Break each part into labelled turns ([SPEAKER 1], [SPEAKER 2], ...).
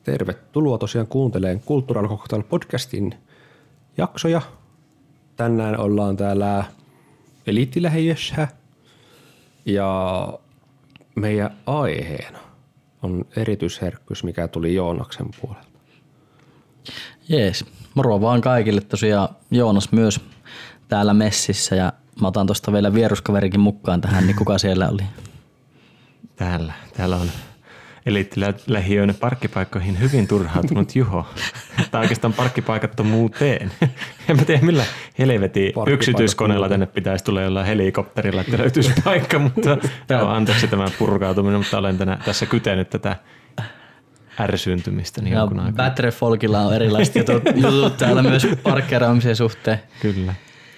[SPEAKER 1] Tervetuloa tosiaan kuuntelemaan Cultural Cocktail podcastin jaksoja. Tänään ollaan täällä Eliittilähiössä ja meidän aiheena on erityisherkkyys, mikä tuli Joonaksen puolelta.
[SPEAKER 2] Jees, moro vaan kaikille. Tosiaan Joonas myös täällä messissä ja mä otan tosta vielä vieruskaverikin mukaan tähän, niin kuka siellä oli?
[SPEAKER 3] Täällä on Eliittilähiöön parkkipaikkoihin hyvin turhautunut Juho. Tai oikeastaan parkkipaikattomuuteen. En mä tiedä millä helvetin yksityiskoneella tänne pitäisi tulla jollain helikopterilla, että löytyisi paikka, mutta anteeksi tämä purkautuminen, mutta olen tässä kytenyt tätä ärsyyntymistä.
[SPEAKER 2] Ja Battery-folkilla on erilaiset jutut täällä myös parkkeeraamisen suhteen.
[SPEAKER 3] Kyllä.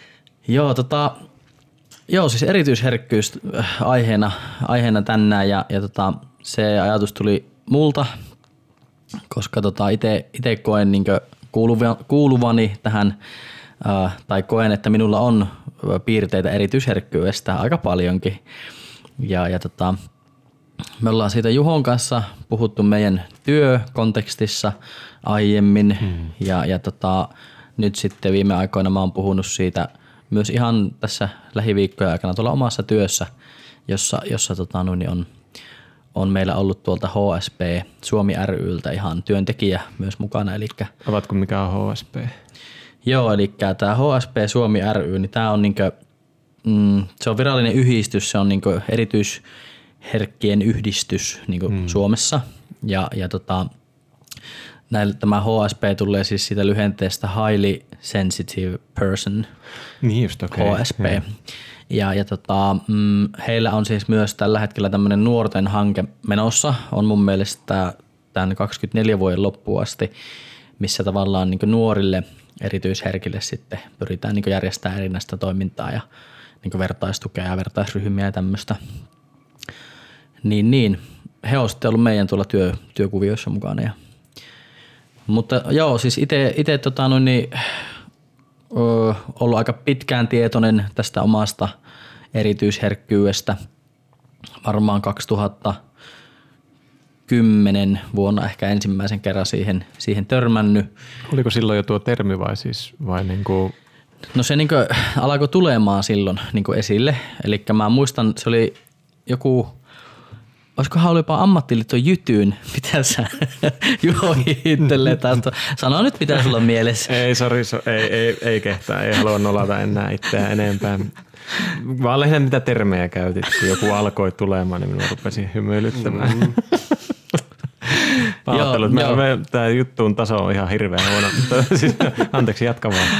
[SPEAKER 2] Joo, siis erityisherkkyys aiheena tänään ja se ajatus tuli multa, koska itse koen niinkö kuuluvani tähän tai koen, että minulla on piirteitä erityisherkkyydestä aika paljonkin. Me ollaan siitä Juhon kanssa puhuttu meidän työkontekstissa aiemmin ja nyt sitten viime aikoina mä oon puhunut siitä myös ihan tässä lähiviikkojen aikana tuolla omassa työssä, jossa on meillä ollut tuolta HSP Suomi ry:ltä ihan työntekijä myös mukana. Elikkä,
[SPEAKER 3] Avatko mikä on HSP?
[SPEAKER 2] Joo, eli tämä HSP Suomi ry, niin tämä on se on virallinen yhdistys, se on erityisherkkien yhdistys Suomessa. Tämä HSP tulee siis siitä lyhenteestä Highly Sensitive Person,
[SPEAKER 3] niin just, okay.
[SPEAKER 2] HSP. Ja heillä on siis myös tällä hetkellä tämmöinen nuorten hanke menossa, on mun mielestä tämän 24 vuoden loppuun asti, missä tavallaan nuorille erityisherkille sitten pyritään järjestämään erinäistä toimintaa ja vertaistukea ja vertaisryhmiä ja tämmöistä. Niin. He on sitten ollut meidän tuolla työkuvioissa mukana. Mutta joo, siis itse ollut aika pitkään tietoinen tästä omasta erityisherkkyydestä. Varmaan 2010 vuonna ehkä ensimmäisen kerran siihen törmännyt.
[SPEAKER 3] Oliko silloin jo tuo termi vai niinku?
[SPEAKER 2] No se alkoi tulemaan silloin esille. Eli mä muistan, se oli joku, olisikohan ollut jopa ammattiliiton Jytyyn, mitä sä Juho hiittelee tästä. Sano nyt, mitä sulla on mielessä.
[SPEAKER 3] Ei, sori, ei kehtaa, ei halua nolata enää itseään enempää. Vaan lähinnä mitä termejä käytit, kun joku alkoi tulemaan, niin minua rupesin hymyilyttämään. Pahoittelut, tämä juttuun taso on ihan hirveän huono. Anteeksi, jatka vaan.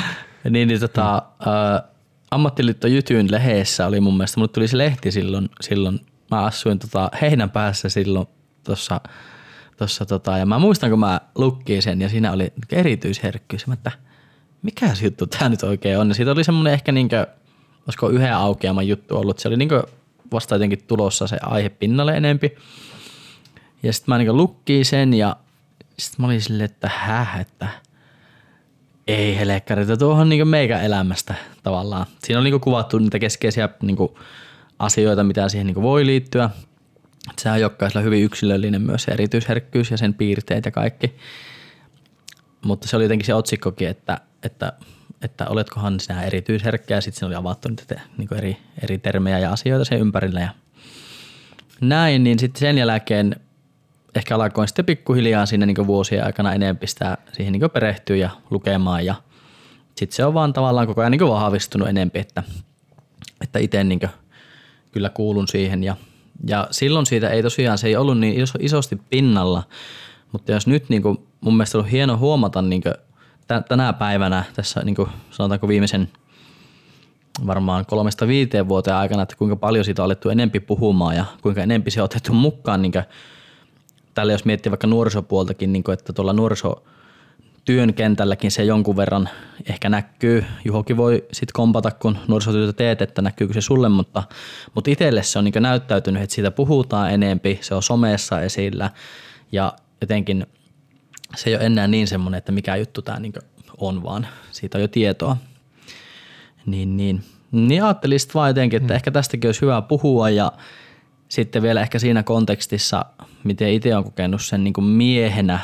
[SPEAKER 2] Ammattiliitto Jytyn lehdessä oli mun mielestä, mulle tuli se lehti silloin mä asuin Heinän päässä silloin tossa ja mä muistan, kun mä lukkiin sen ja siinä oli erityisherkkyys. Että mikä se juttu tää nyt oikein on? Ja siitä oli semmonen ehkä olisiko yhden aukeaman juttu ollut. Se oli vasta jotenkin tulossa se aihe pinnalle enempi. Ja sit mä lukkiin sen ja sit mä olin silleen, että ei helekkäri, että tuohon meikä elämästä tavallaan. Siinä oli kuvattu niitä keskeisiä asioita, mitä siihen voi liittyä. Sehän on jokaisella hyvin yksilöllinen myös se erityisherkkyys ja sen piirteet ja kaikki. Mutta se oli jotenkin se otsikkokin, että oletkohan sinä erityisherkkä ja sitten siinä oli avattu niitä eri termejä ja asioita sen ympärillä. Ja näin, niin sitten sen jälkeen ehkä alkoin sitten pikkuhiljaa siinä vuosien aikana enemmän sitä siihen perehtyä ja lukemaan ja sitten se on vaan tavallaan koko ajan vahvistunut enemmän, että itse kyllä kuulun siihen ja silloin siitä ei tosiaan, se ei ollut niin isosti pinnalla, mutta jos nyt mun mielestä on hieno huomata tänä päivänä tässä sanotaanko viimeisen varmaan 3-5 vuoteen aikana, että kuinka paljon siitä on alettu enempi puhumaan ja kuinka enempi se on otettu mukaan tälle jos miettii vaikka nuorisopuoltakin, että tuolla nuorisotyön kentälläkin se jonkun verran ehkä näkyy. Juhokin voi sitten kompata, kun nuorisotyötä teet, että näkyykö se sulle, mutta itselle se on näyttäytynyt, että siitä puhutaan enempi, se on somessa esillä ja jotenkin se ei ole enää niin semmoinen, että mikä juttu tämä on, vaan siitä on jo tietoa. Niin ajattelin sitten vaan jotenkin, että ehkä tästäkin olisi hyvä puhua ja sitten vielä ehkä siinä kontekstissa, miten itse olen kokenut sen miehenä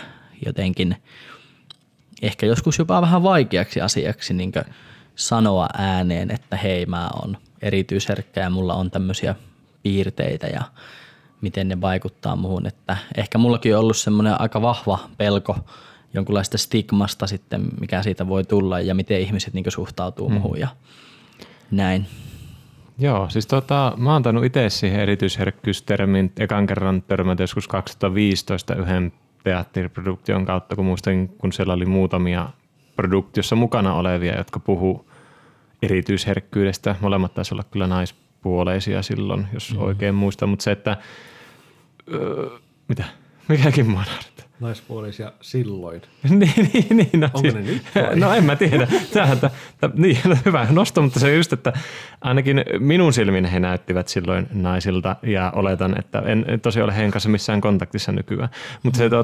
[SPEAKER 2] jotenkin ehkä joskus jopa vähän vaikeaksi asiaksi niin sanoa ääneen, että hei, mä oon erityisherkkä ja mulla on tämmöisiä piirteitä ja miten ne vaikuttaa muhun. Että ehkä mullakin on ollut semmoinen aika vahva pelko jonkunlaista stigmasta sitten, mikä siitä voi tulla ja miten ihmiset niin suhtautuu muhun ja näin.
[SPEAKER 3] Joo, siis mä oon tainnut itse siihen erityisherkkyystermin ekan kerran törmätä joskus 2015 yhden teatteriproduktion kautta, kun muistan, kun siellä oli muutamia produktiossa mukana olevia, jotka puhuu erityisherkkyydestä. Molemmat taisi olla kyllä naispuoleisia silloin, jos oikein muistan, mutta se, että mitä? Mikäkin mua naurattaa?
[SPEAKER 1] Naispuolisia silloin.
[SPEAKER 3] niin. No,
[SPEAKER 1] onko ne nyt vai?
[SPEAKER 3] No en mä tiedä. Niin, hyvä nosto, mutta se just, että ainakin minun silmin he näyttivät silloin naisilta ja oletan, että en tosiaan ole heidän kanssa missään kontaktissa nykyään. Mutta se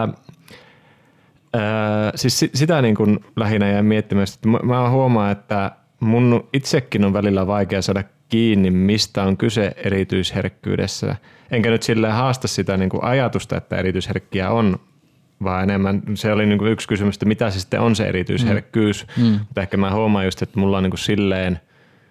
[SPEAKER 3] siis sitä niin kuin lähinnä jäin miettimään, että mä huomaan, että mun itsekin on välillä vaikea saada kiinni, mistä on kyse erityisherkkyydessä. Enkä nyt silleen haasta sitä niin kuin ajatusta, että erityisherkkiä on, vaan enemmän se oli niin kuin yksi kysymys, että mitä se sitten on se erityisherkkyys. Mutta ehkä mä huomaan just, että mulla on niin kuin silleen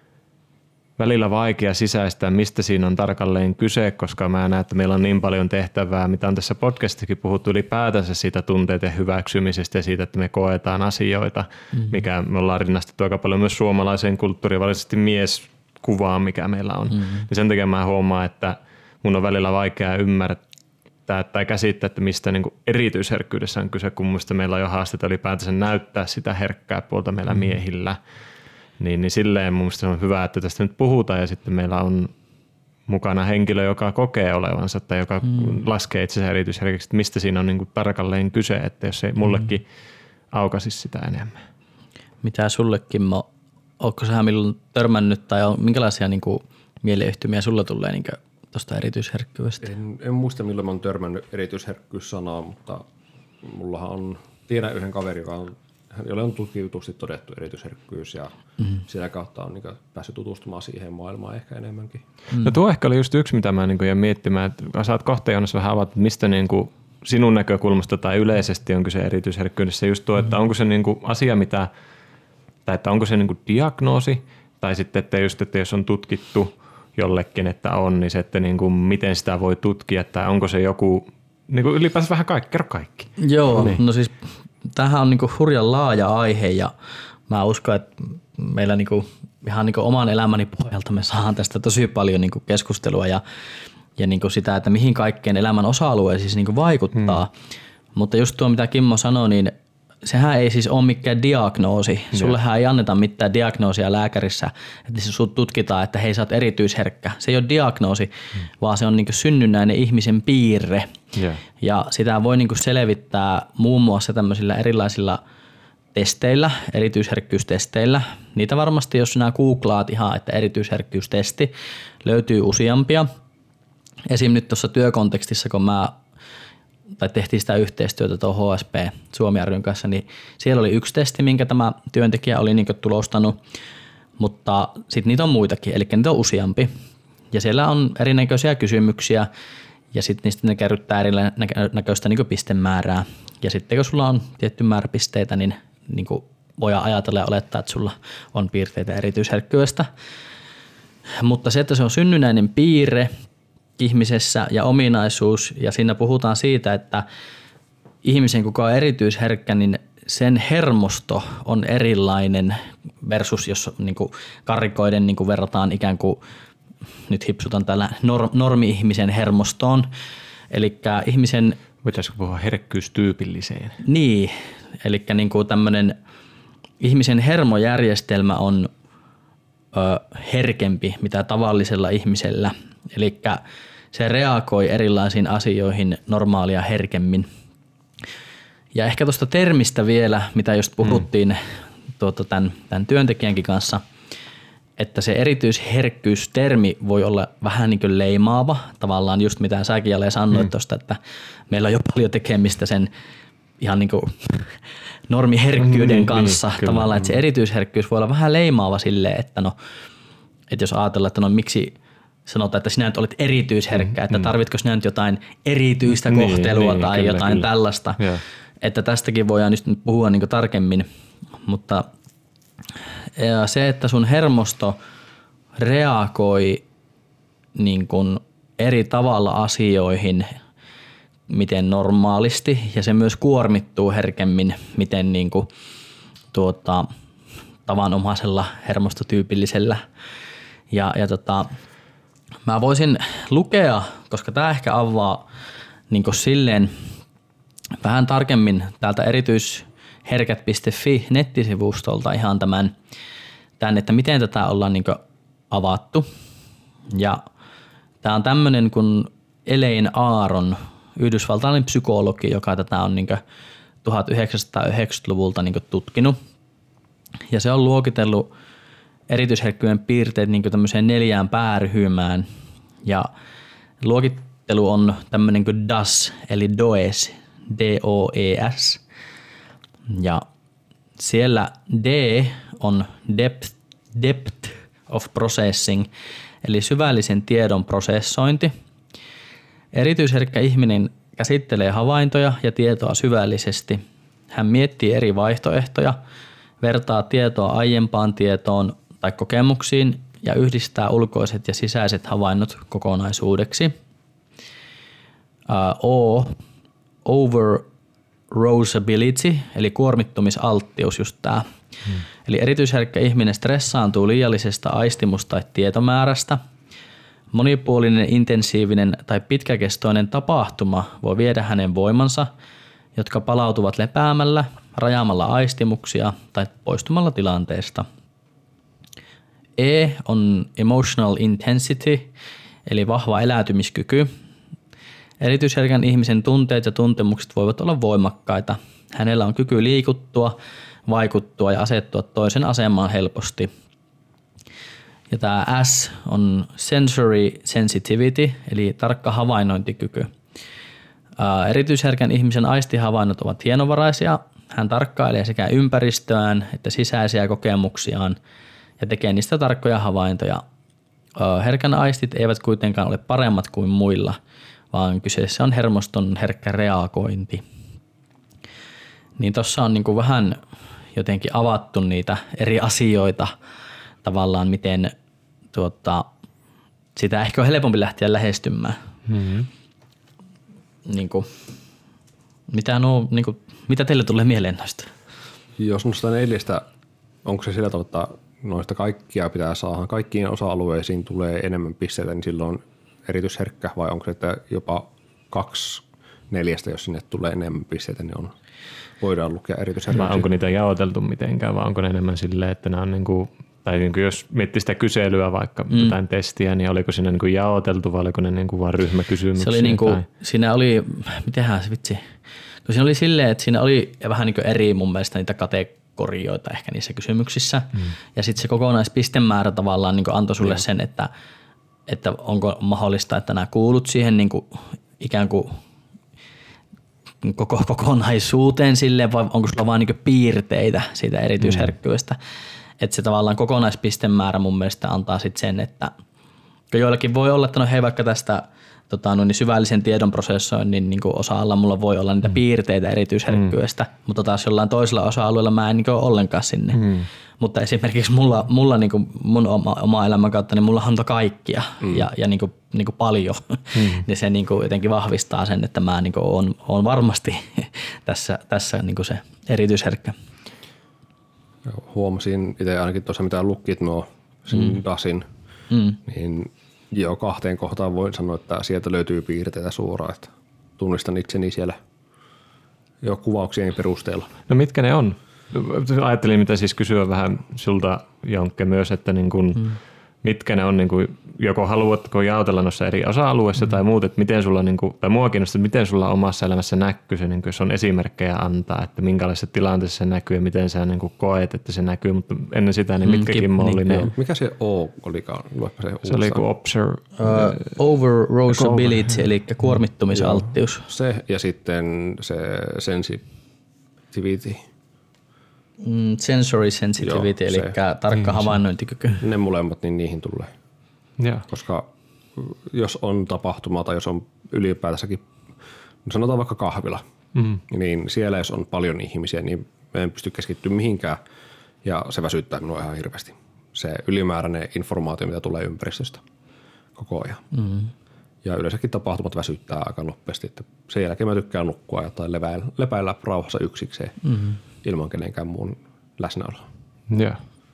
[SPEAKER 3] välillä vaikea sisäistää, mistä siinä on tarkalleen kyse, koska mä näen, että meillä on niin paljon tehtävää, mitä on tässä podcastikin puhuttu ylipäätänsä siitä tunteiden hyväksymisestä ja siitä, että me koetaan asioita, mikä me ollaan rinnastettu aika paljon myös suomalaiseen kulttuuriin, valitettavasti mieskuvaan, mikä meillä on. Ja sen takia mä huomaan, että mun on välillä vaikea ymmärtää tai käsittää, että mistä niin kuin erityisherkkyydessä on kyse, kun muista meillä on jo haasteita ylipäätänsä näyttää sitä herkkää puolta meillä miehillä. Niin silleen mun mielestä on hyvä, että tästä nyt puhutaan ja sitten meillä on mukana henkilö, joka kokee olevansa tai joka laskee itsensä erityisherkäksi, että mistä siinä on niin kuin tarkalleen kyse, että jos ei mullekin aukaisi sitä enemmän.
[SPEAKER 2] Mitä sullekin, ootko sä milloin törmännyt tai minkälaisia niin kuin mieleyhtymiä sulla tulee niin tuosta erityisherkkyydestä?
[SPEAKER 1] En muista milloin mä oon törmännyt erityisherkkyys-sanaa, mutta mullahan on, tiedän yhden kaverin, jolle on tutkitusti todettu erityisherkkyys ja sitä kautta on niin päässyt tutustumaan siihen maailmaan ehkä enemmänkin.
[SPEAKER 3] No tuo ehkä oli just yksi, mitä mä jäin miettimään, että saat kohta Joonas vähän avata, että mistä niin kuin sinun näkökulmasta tai yleisesti on kyse erityisherkkyydessä just tuo, että onko se niin kuin asia, tai että onko se niin kuin diagnoosi tai sitten, että just, että jos on tutkittu jollekin, että on, niin se, että niin kuin miten sitä voi tutkia tai onko se joku, niin kuin ylipäänsä vähän kerro kaikki.
[SPEAKER 2] Joo, no siis tämähän on niinku hurjan laaja aihe ja mä uskon, että meillä niinku, ihan niinku oman elämäni pohjalta me saadaan tästä tosi paljon niinku keskustelua ja niinku sitä, että mihin kaikkeen elämän osa-alueisiin siis niinku vaikuttaa. Mutta just tuo, mitä Kimmo sanoi, niin sehän ei siis ole mikään diagnoosi. Sullehan ei anneta mitään diagnoosia lääkärissä, että se sut tutkitaan, että hei, sä oot erityisherkkä. Se ei ole diagnoosi, vaan se on niinku synnynnäinen ihmisen piirre. Ja sitä voi niinku selvittää muun muassa tämmöisillä erilaisilla testeillä, erityisherkkyystesteillä. Niitä varmasti, jos sinä googlaat ihan, että erityisherkkyystesti, löytyy useampia. Esim. Nyt tuossa työkontekstissa, kun tehtiin sitä yhteistyötä tuon HSP Suomi ry:n kanssa, niin siellä oli yksi testi, minkä tämä työntekijä oli niin tulostanut, mutta sitten niitä on muitakin, eli niitä on useampi. Ja siellä on erinäköisiä kysymyksiä, ja sitten niistä ne kerryttää erinäköistä niin pistemäärää. Ja sitten kun sulla on tietty määrä pisteitä, niin voidaan ajatella ja olettaa, että sulla on piirteitä erityisherkkyydestä. Mutta se, että se on synnynnäinen piirre ihmisessä ja ominaisuus, ja siinä puhutaan siitä, että ihmisen, kuka on erityisherkkä, niin sen hermosto on erilainen versus, jos niin kuin karrikoiden niin kuin verrataan ikään kuin, nyt hipsutan täällä normi-ihmisen hermostoon, eli ihmisen...
[SPEAKER 3] Voitaisiko puhua herkkyystyypilliseen?
[SPEAKER 2] Niin, eli niin kuin tämmöinen ihmisen hermojärjestelmä on herkempi mitä tavallisella ihmisellä, eli se reagoi erilaisiin asioihin normaalia herkemmin. Ja ehkä tuosta termistä vielä, mitä just puhuttiin tämän työntekijänkin kanssa, että se erityisherkkyystermi voi olla vähän niin kuin leimaava, tavallaan just mitä säkin Jale sanoit tuosta, että meillä on jo paljon tekemistä sen ihan niin kuin normiherkkyyden kanssa tavallaan, että se erityisherkkyys voi olla vähän leimaava silleen, että no, että jos ajatellaan, että no miksi sanotaan, että sinä nyt olet erityisherkkä, että tarvitko sinä nyt jotain erityistä kohtelua tai jotain tällaista. että tästäkin voidaan nyt puhua niin kuin tarkemmin, mutta se, että sun hermosto reagoi niin kuin eri tavalla asioihin, miten normaalisti, ja se myös kuormittuu herkemmin, miten niin kuin, tavanomaisella hermostotyypillisellä. Mä voisin lukea, koska tämä ehkä avaa niin kuin silleen vähän tarkemmin täältä erityisherkät.fi nettisivustolta ihan tämän, että miten tätä ollaan niin kuin avattu. Ja tämä on tämmöinen kuin Elaine Aron, yhdysvaltalainen psykologi, joka tätä on niin kuin 1990-luvulta niin kuin tutkinut. Ja se on luokitellut erityisherkkyyden piirteet niin kuin tämmöiseen 4 pääryhmään. Ja luokittelu on tämmöinen kuin DAS, eli DOES, D-O-E-S. Ja siellä D on depth of processing, eli syvällisen tiedon prosessointi. Erityisherkkä ihminen käsittelee havaintoja ja tietoa syvällisesti. Hän miettii eri vaihtoehtoja, vertaa tietoa aiempaan tietoon tai kokemuksiin ja yhdistää ulkoiset ja sisäiset havainnot kokonaisuudeksi. Overrousability, eli kuormittumisalttius, just tämä. Eli erityisherkkä ihminen stressaantuu liiallisesta aistimus- tai tietomäärästä. Monipuolinen, intensiivinen tai pitkäkestoinen tapahtuma voi viedä hänen voimansa, jotka palautuvat lepäämällä, rajaamalla aistimuksia tai poistumalla tilanteesta. E on emotional intensity, eli vahva eläytymiskyky. Erityisherkän ihmisen tunteet ja tuntemukset voivat olla voimakkaita. Hänellä on kyky liikuttua, vaikuttua ja asettua toisen asemaan helposti. Ja tämä S on sensory sensitivity, eli tarkka havainnointikyky. Erityisherkän ihmisen aistihavainnot ovat hienovaraisia. Hän tarkkailee sekä ympäristöään että sisäisiä kokemuksiaan ja tekee niistä tarkkoja havaintoja. Herkän aistit eivät kuitenkaan ole paremmat kuin muilla, vaan kyseessä on hermoston herkkä reagointi. Niin tossa on niinku vähän jotenkin avattu niitä eri asioita tavallaan, miten sitä ehkä on helpompi lähteä lähestymään.
[SPEAKER 3] Mm-hmm.
[SPEAKER 2] Niinku, mitä teille tulee mieleen noista?
[SPEAKER 1] Jos noista 4, onko se sillä tavalla, että noista kaikkia pitää saada, kaikkiin osa-alueisiin tulee enemmän pisteitä, niin silloin erityisherkkä, vai onko se, että jopa 2/4, jos sinne tulee enemmän pisteitä, niin voidaan lukea erityisherkkä?
[SPEAKER 3] Vai onko niitä jaoteltu mitenkään, vai onko ne enemmän silleen, että nämä on niinku, tai niinku jos miettii sitä kyselyä vaikka jotain testiä, niin oliko siinä niinku jaoteltu vai oliko ne niinku vaan ryhmäkysymyksiä?
[SPEAKER 2] Se oli niinku, siinä oli, mitenhän se vitsi, kun siinä oli silleen, että siinä oli vähän niinku eri mun mielestä niitä kategorioita ehkä niissä kysymyksissä. Ja sitten se kokonaispistemäärä tavallaan niinku antoi sulle sen, että onko mahdollista, että nämä kuulut siihen niinku ikään kuin kokonaisuuteen silleen, vai onko sulla vaan niinku piirteitä siitä erityisherkkyydestä. Että se tavallaan kokonaispistemäärä mun mielestä antaa sitten sen, että joillakin voi olla, että no hei vaikka tästä niin syvällisen tiedon prosessoinnin niin osa-alla mulla voi olla niitä piirteitä erityisherkkyydestä, mutta taas jollain toisella osa-alueella mä en niin ole ollenkaan sinne. Mutta esimerkiksi mulla niin kuin mun oma elämän kautta, niin mulla on kaikkia ja niin kuin paljon. Ja se niin kuin jotenkin vahvistaa sen, että mä niin kuin on varmasti tässä niin kuin se erityisherkkä.
[SPEAKER 1] Huomasin itse ainakin tuossa, mitä lukit sen DASin, niin jo 2 kohtaan voin sanoa, että sieltä löytyy piirteitä suoraan, että tunnistan itseni siellä jo kuvauksien perusteella.
[SPEAKER 3] No mitkä ne on? Ajattelin, mitä siis kysyä vähän sulta, Jonkke, myös, että niin kun, mitkä ne on, niin kun, joko haluatko jaotella noissa eri osa-alueissa tai muut, että miten sulla, niin kun, tai mua kiinnostaa, miten sulla omassa elämässä näkyy se, niin kun, jos on esimerkkejä antaa, että minkälaisessa tilanteessa se näkyy ja miten sä niin kun, koet, että se näkyy, mutta ennen sitä, niin mitkäkin oli ne.
[SPEAKER 1] Mikä se O olikaan?
[SPEAKER 3] Se oli kuin
[SPEAKER 2] overrousability, eli kuormittumisalttius.
[SPEAKER 1] Se ja sitten se sensitivity.
[SPEAKER 2] Sensory sensitivity, eli tarkka havainnointikyky.
[SPEAKER 1] Ne molemmat, niin niihin tulee.
[SPEAKER 3] Ja.
[SPEAKER 1] Koska jos on tapahtuma tai jos on ylipäätänsäkin, sanotaan vaikka kahvila, niin siellä jos on paljon ihmisiä, niin mä en pysty keskittymään mihinkään ja se väsyttää minua ihan hirveästi. Se ylimääräinen informaatio, mitä tulee ympäristöstä koko ajan. Ja yleensäkin tapahtumat väsyttää aika nopeasti, että sen jälkeen mä tykkään nukkua tai lepäillä rauhassa yksikseen ilman kenenkään muun läsnäoloa.
[SPEAKER 3] Joo.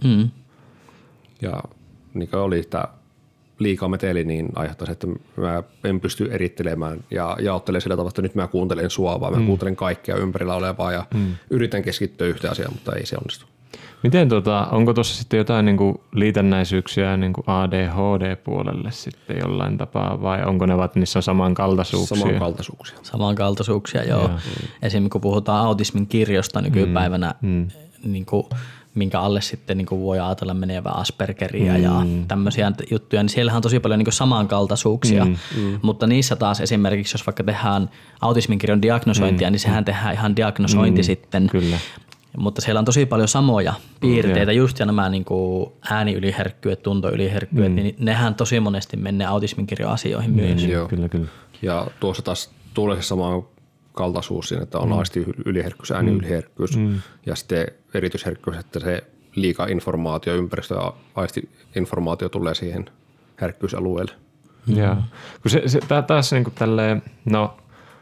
[SPEAKER 1] Ja niin kuin oli tämä liikaa meteli, niin aiheuttaa se, että mä en pysty erittelemään ja jaottelen sillä tavalla, että nyt mä kuuntelen sua, vaan mä kuuntelen kaikkea ympärillä olevaa ja yritän keskittyä yhteen asiaan, mutta ei se onnistu.
[SPEAKER 3] Miten onko tuossa sitten jotain niinku liitännäisyyksiä niinku ADHD-puolelle sitten jollain tapaa vai onko ne niissä samankaltaisuuksia?
[SPEAKER 2] Samankaltaisuuksia, joo. Esimerkiksi kun puhutaan autismin kirjosta nykypäivänä, niinku, minkä alle sitten niinku voi ajatella menevä Aspergeria ja tämmöisiä juttuja, niin siellähän on tosi paljon niinku samankaltaisuuksia, mutta niissä taas esimerkiksi, jos vaikka tehdään autismin kirjon diagnosointia, niin sehän tehdään ihan diagnosointi sitten.
[SPEAKER 3] Kyllä.
[SPEAKER 2] Mutta siellä on tosi paljon samoja piirteitä, just ja nämä niinku ääniyliherkkyydet, tuntoyliherkkyydet, niin nehän tosi monesti menee autismin kirjon asioihin myös.
[SPEAKER 1] Joo.
[SPEAKER 3] Kyllä.
[SPEAKER 1] Ja tuossa taas tulee se sama kaltaisuus siinä, että on aistiyliherkkyys, ääniyliherkkyys ja sitten erityisherkkyys, että se liika informaatio, ympäristö ja aisti-informaatio tulee siihen herkkyysalueelle.
[SPEAKER 3] Joo. Kun se taas niin kuin tälleen, no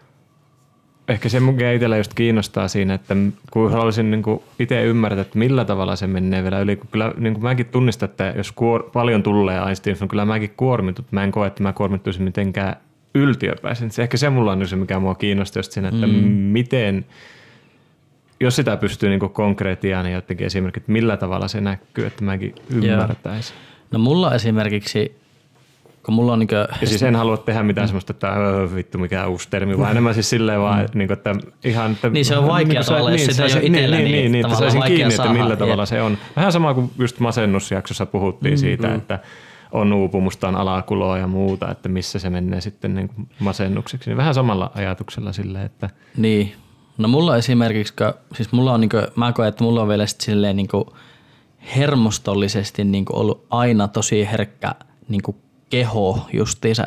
[SPEAKER 3] ehkä se mun itsellä just kiinnostaa siinä, että kun haluaisin niin kuin itse ymmärtää, että millä tavalla se menee vielä yli, kun kyllä niin kuin mäkin tunnistan, että jos paljon tulee aistiin, niin kyllä mäkin kuormitut. Mä en koe, että mä kuormittuisin mitenkään yltiöpäisen. Ehkä se mulla on se, mikä mua kiinnostaa just siinä, että miten, jos sitä pystyy niin konkreettiaan niin jotenkin esimerkiksi, että millä tavalla se näkyy, että mäkin ymmärtäisin.
[SPEAKER 2] No mulla esimerkiksi, kun mulla on niin kuin...
[SPEAKER 3] Ja siis en halua tehdä mitään semmoista, että vittu mikä uusi termi, vaan enemmän siis silleen vaan, niin kuin, että ihan... Että,
[SPEAKER 2] niin se on vaikea niin tavalla, jos sitä ei ole itsellä, niin
[SPEAKER 3] että saisin kiinni, että millä tavalla se on. Vähän sama kuin just masennusjaksossa puhuttiin siitä, että on uupumusta, on alakuloa ja muuta, että missä se menee sitten niin kuin masennukseksi. Niin vähän samalla ajatuksella silleen, että...
[SPEAKER 2] Niin. No mulla esimerkiksi, siis mulla on niin kuin, mä koen, että mulla on vielä silleen niin kuin hermostollisesti niin kuin ollut aina tosi herkkä niin kuin keho justiinsa,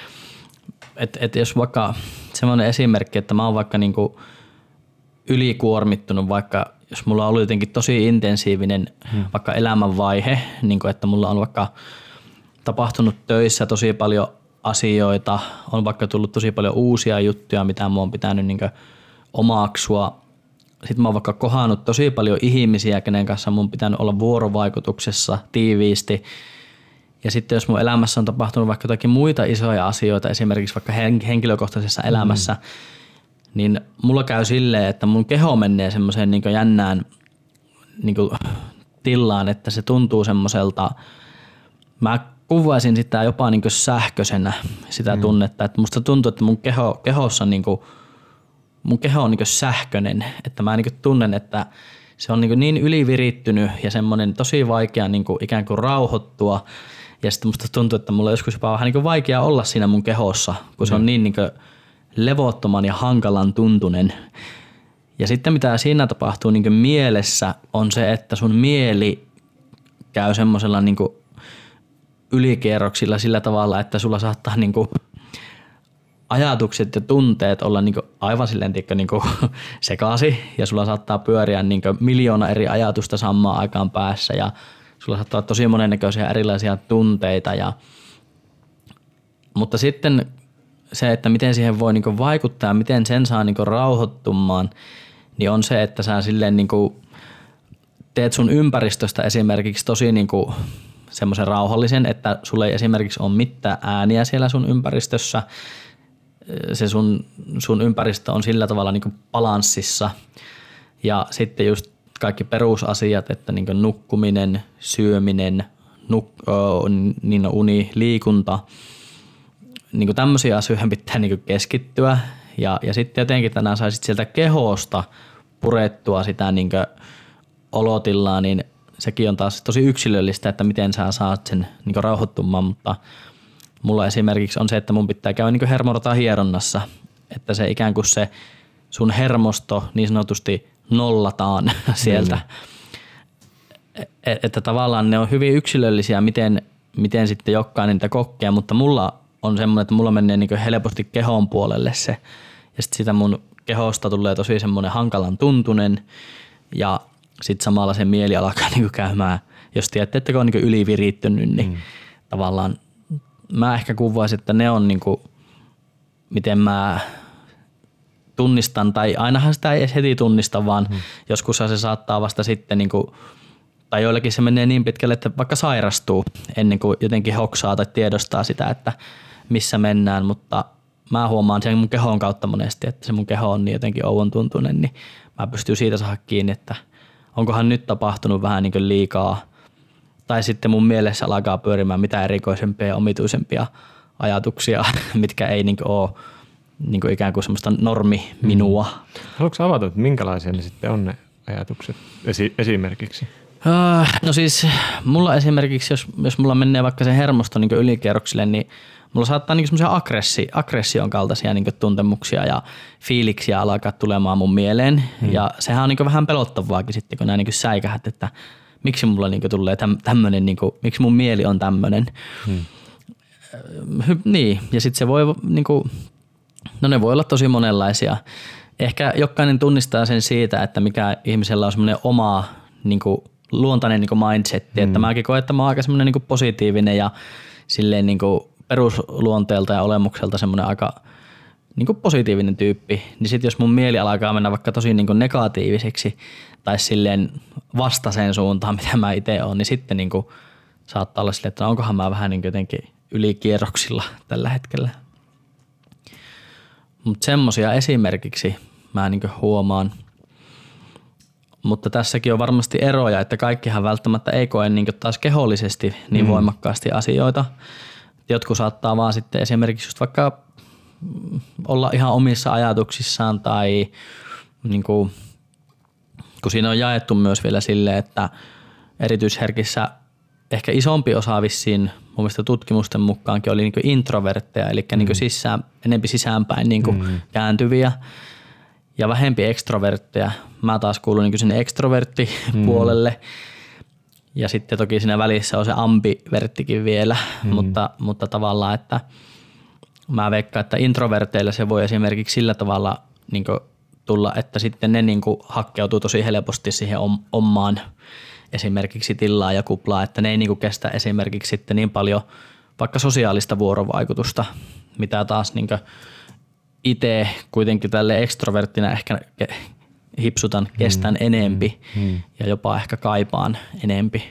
[SPEAKER 2] että jos vaikka semmoinen esimerkki, että mä oon vaikka niin kuin ylikuormittunut, vaikka jos mulla on ollut jotenkin tosi intensiivinen vaikka elämänvaihe, niin kuin että mulla on vaikka tapahtunut töissä tosi paljon asioita, on vaikka tullut tosi paljon uusia juttuja, mitä mä oon pitänyt niin kuin omaksua. Sitten mä oon vaikka kohannut tosi paljon ihmisiä, kenen kanssa mun pitänyt olla vuorovaikutuksessa tiiviisti. Ja sitten jos mun elämässä on tapahtunut vaikka jotakin muita isoja asioita, esimerkiksi vaikka henkilökohtaisessa elämässä, niin mulla käy silleen, että mun keho menee semmoiseen niin kuin jännään niin kuin tilaan, että se tuntuu semmoiselta, mä kuvaisin sitä jopa niin kuin sähköisenä sitä tunnetta, että musta tuntuu, että mun kehossa niin kuin, mun keho on niin kuin sähköinen, että mä niin kuin tunnen, että se on niin ylivirittynyt ja semmoinen tosi vaikea niin kuin ikään kuin rauhoittua. Ja sitten musta tuntuu, että mulla on joskus jopa vähän niin kuin vaikea olla siinä mun kehossa, kun se on niin kuin levottoman ja hankalan tuntunen. Ja sitten mitä siinä tapahtuu niin kuin mielessä on se, että sun mieli käy semmoisella niin kuin ylikierroksilla sillä tavalla, että sulla saattaa niin kuin ajatukset ja tunteet olla niin kuin aivan silleen niin kuin sekaisin ja sulla saattaa pyöriä niin kuin miljoona eri ajatusta samaan aikaan päässä ja sulla saattaa olla tosi monennäköisiä erilaisia tunteita. Mutta sitten se, että miten siihen voi niin kuin vaikuttaa ja miten sen saa niin kuin rauhoittumaan, niin on se, että sä silleen niin kuin teet sun ympäristöstä esimerkiksi tosi niin kuin semmoisen rauhallisen, että sulla ei esimerkiksi ole mitään ääniä siellä sun ympäristössä. Se sun ympäristö on sillä tavalla niin kuin balanssissa. Ja sitten just kaikki perusasiat, että niin kuin nukkuminen, syöminen, uni, liikunta, niin kuin tämmöisiä asioihin pitää niin kuin keskittyä. Ja sitten jotenkin tänään saisit sieltä kehosta purettua sitä niin kuin olotillaan, niin sekin on taas tosi yksilöllistä, että miten sä saat sen niin kuin rauhoittumaan, mutta mulla esimerkiksi on se, että mun pitää käydä niin kuin hermorata-hieronnassa, että se ikään kuin se sun hermosto niin sanotusti nollataan sieltä. Että tavallaan ne on hyvin yksilöllisiä, miten sitten jokainen niitä kokee, mutta mulla on semmoinen, että mulla menee niin kuin helposti kehon puolelle se. Ja sitten sitä mun kehosta tulee tosi semmoinen hankalan tuntunen ja sitten samalla se mieli alkaa niinku käymään, jos tiedätte, että kun on niinku ylivirittynyt, niin tavallaan mä ehkä kuvaisin, että ne on niinku, miten mä tunnistan, tai ainahan sitä ei edes heti tunnista, vaan joskus se saattaa vasta sitten, niinku, tai joillakin se menee niin pitkälle, että vaikka sairastuu ennen kuin jotenkin hoksaa tai tiedostaa sitä, että missä mennään, mutta mä huomaan sen mun kehon kautta monesti, että se mun keho on niin jotenkin ouon tuntunen, niin mä pystyn siitä saada kiinni, että onkohan nyt tapahtunut vähän niin kuin liikaa, tai sitten mun mielessä alkaa pyörimään mitä erikoisempia ja omituisempia ajatuksia, mitkä ei niin kuin ole niin kuin ikään kuin semmoista normi minua.
[SPEAKER 3] Haluatko avata, että minkälaisia ne sitten on ne ajatukset esimerkiksi?
[SPEAKER 2] No siis mulla esimerkiksi, jos mulla menee vaikka se hermosto niin ylikierroksille, niin mulla saattaa niin semmoisia aggression kaltaisia niin tuntemuksia ja fiiliksiä alkaa tulemaan mun mieleen. Ja sehän on niin vähän pelottavaakin sitten, kun nämä niin säikähät, että miksi mulla niin tulee tämmöinen, niin miksi mun mieli on tämmöinen. Niin, ja sitten se voi, niin kuin, no ne voi olla tosi monenlaisia. Ehkä jokainen tunnistaa sen siitä, että mikä ihmisellä on semmoinen oma niin kuin, luontainen niin kuin mindsetti, että mäkin koen, että mä oon aika semmoinen niin kuin positiivinen ja silleen niin kuin perusluonteelta ja olemukselta semmoinen aika niin kuin positiivinen tyyppi, niin sitten jos mun mieli alkaa mennä vaikka tosi niin kuin negatiiviseksi tai silleen vastaiseen suuntaan, mitä mä itse oon, niin sitten niin kuin saattaa olla silleen, että onkohan mä vähän niin kuin jotenkin ylikierroksilla tällä hetkellä. Mutta semmoisia esimerkiksi mä niin kuin huomaan. Mutta tässäkin on varmasti eroja, että kaikkihan välttämättä ei koe niin kuin taas kehollisesti niin voimakkaasti asioita. Jotkut saattaa vaan sitten esimerkiksi just vaikka olla ihan omissa ajatuksissaan tai niin kuin, kun siinä on jaettu myös vielä silleen, että erityisherkissä ehkä isompi osa vissiin mun mielestä tutkimusten mukaankin oli niin kuin introvertteja, eli niin kuin enempi sisäänpäin niin kuin kääntyviä ja vähempi ekstrovertteja. Mä taas kuulun niin kuin sinne ekstroverttipuolelle. Ja sitten toki siinä välissä on se ambiverttikin vielä, mutta tavallaan, että mä veikkaan, että introverteilla se voi esimerkiksi sillä tavalla niin kuin tulla, että sitten ne niin kuin hakkeutuu tosi helposti siihen omaan esimerkiksi tilaa ja kuplaa, että ne ei niin kuin kestä esimerkiksi sitten niin paljon vaikka sosiaalista vuorovaikutusta, mitä taas niin kuin itse kuitenkin tälle ekstroverttina ehkä hipsutan, kestän enempi ja jopa ehkä kaipaan enempi.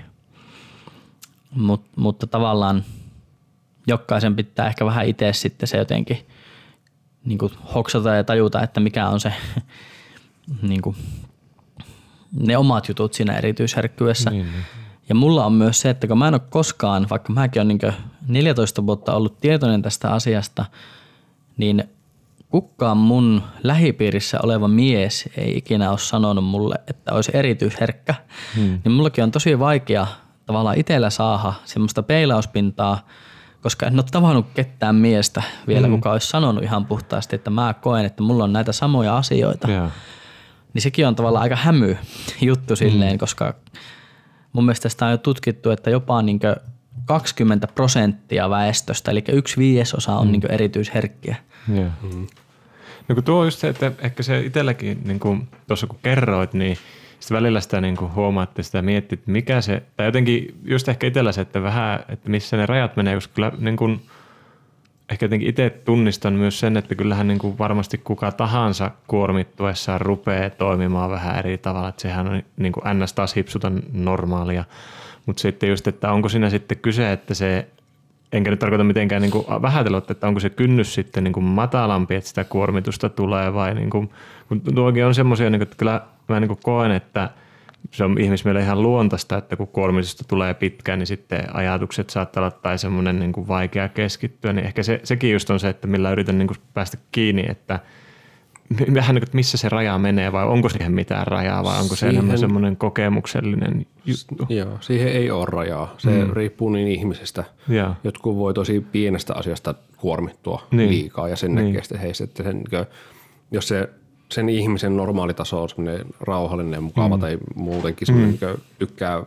[SPEAKER 2] Mutta tavallaan jokaisen pitää ehkä vähän itse sitten se jotenkin niin kuin hoksata ja tajuta, että mikä on se niin kuin, ne omat jutut siinä erityisherkkyydessä. Ja mulla on myös se, että kun mä en ole koskaan, vaikka mäkin olen niin 14 vuotta ollut tietoinen tästä asiasta, niin kukaan mun lähipiirissä oleva mies ei ikinä ole sanonut mulle, että olisi erityisherkkä. Niin mullakin on tosi vaikea tavallaan itsellä saada semmoista peilauspintaa, koska en ole tavannut ketään miestä vielä, kuka olisi sanonut ihan puhtaasti, että mä koen, että mulla on näitä samoja asioita. Niin sekin on tavallaan aika hämy juttu silleen, koska mun mielestä sitä on jo tutkittu, että jopa niin 20% väestöstä, eli 1/5 on niin erityisherkkiä.
[SPEAKER 3] No kun tuo on just se, että ehkä se itselläkin, niin kuin tuossa kun kerroit, niin sitten välillä sitä niin kuin huomaatte, sitä miettii, että mikä se, tai jotenkin just ehkä itsellä se, että vähän, että missä ne rajat menee, koska kyllä niin kuin, ehkä jotenkin itse tunnistan myös sen, että kyllähän niin kuin varmasti kuka tahansa kuormittuessaan rupeaa toimimaan vähän eri tavalla, että sehän on niin kuin ns. Taas hipsutan normaalia, mutta sitten just, että onko siinä sitten kyse, että se, enkä nyt tarkoita mitenkään niin kuin vähätellä, että onko se kynnys sitten niin kuin matalampi, että sitä kuormitusta tulee vai niin kuin, kun tuokin on semmoisia, niin että kyllä mä niin kuin koen, että se on ihmismielelle ihan luontaista, että kun kuormitusta tulee pitkään, niin sitten ajatukset saattaa olla tai semmoinen niin kuin vaikea keskittyä, niin ehkä sekin just on se, että millä yritän niin kuin päästä kiinni, että vähän niin kuin, missä se raja menee vai onko siihen mitään rajaa vai onko se enemmän semmoinen kokemuksellinen juttu?
[SPEAKER 1] Joo, siihen ei ole rajaa. Se riippuu niin ihmisestä. Jotkut voi tosi pienestä asiasta kuormittua liikaa ja sen näkee sitten heissä, että jos sen ihmisen normaali taso on semmoinen rauhallinen ja mukava tai muutenkin semmoinen, tykkää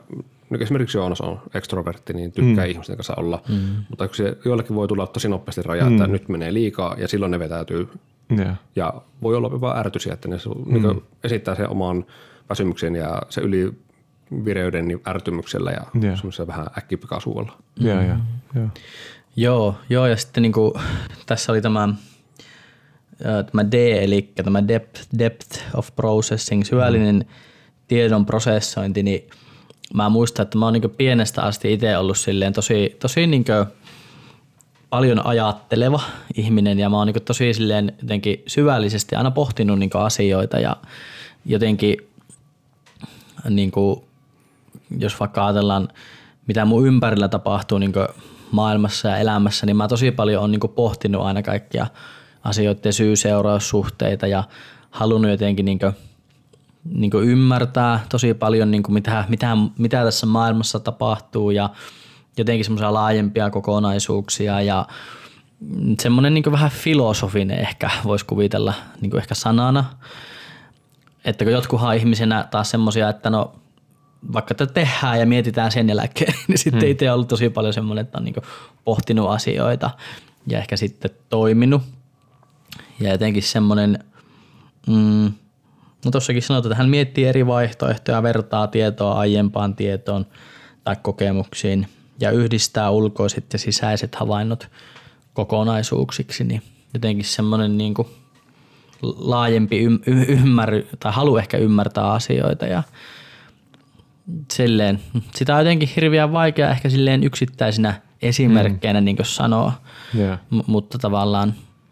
[SPEAKER 1] esimerkiksi Joonas on ekstrovertti, niin tykkää ihmisten kanssa olla, mutta se joillekin voi tulla tosi nopeasti raja, että nyt menee liikaa ja silloin ne vetäytyy. Ja voi olla jopa ärtyisiä, että ne niin esittää sen oman väsymyksen ja se ylivireyden niin ärtymyksellä ja semmoisella vähän äkkipikasuulla.
[SPEAKER 2] Joo, ja sitten niinku, tässä oli tämä D, eli tämä depth of processing, syvällinen tiedon prosessointi, niin mä muistan, että mä oon niinku pienestä asti itse ollut silleen tosi niinku paljon ajatteleva ihminen ja mä oon niinku tosi silleen jotenkin syvällisesti aina pohtinut niinku asioita ja jotenkin niinku, jos vaikka ajatellaan, mitä mun ympärillä tapahtuu niinku maailmassa ja elämässä, niin mä tosi paljon oon niinku pohtinut aina kaikkia asioiden syy-seuraussuhteita ja halunnut jotenkin niinku ymmärtää tosi paljon, niinku mitä tässä maailmassa tapahtuu ja jotenkin semmoisia laajempia kokonaisuuksia ja semmoinen niinku vähän filosofinen ehkä voisi kuvitella niinku ehkä sanana. Että kun jotkuhan ihmisenä taas semmoisia, että no vaikka tätä tehdään ja mietitään sen jälkeen, niin sitten itse on ollut tosi paljon semmoinen, että on niinku pohtinut asioita ja ehkä sitten toiminut. Ja jotenkin semmoinen, no tossakin sanotaan, että hän miettii eri vaihtoehtoja, vertaa tietoa aiempaan tietoon tai kokemuksiin ja yhdistää ulkoiset ja sisäiset havainnot kokonaisuuksiksi, niin jotenkin semmoinen niinku laajempi tai halu ehkä ymmärtää asioita ja silleen, sitä on jotenkin hirveän vaikea ehkä silleen yksittäisinä esimerkkeinä niin kuin sanoo, mutta tavallaan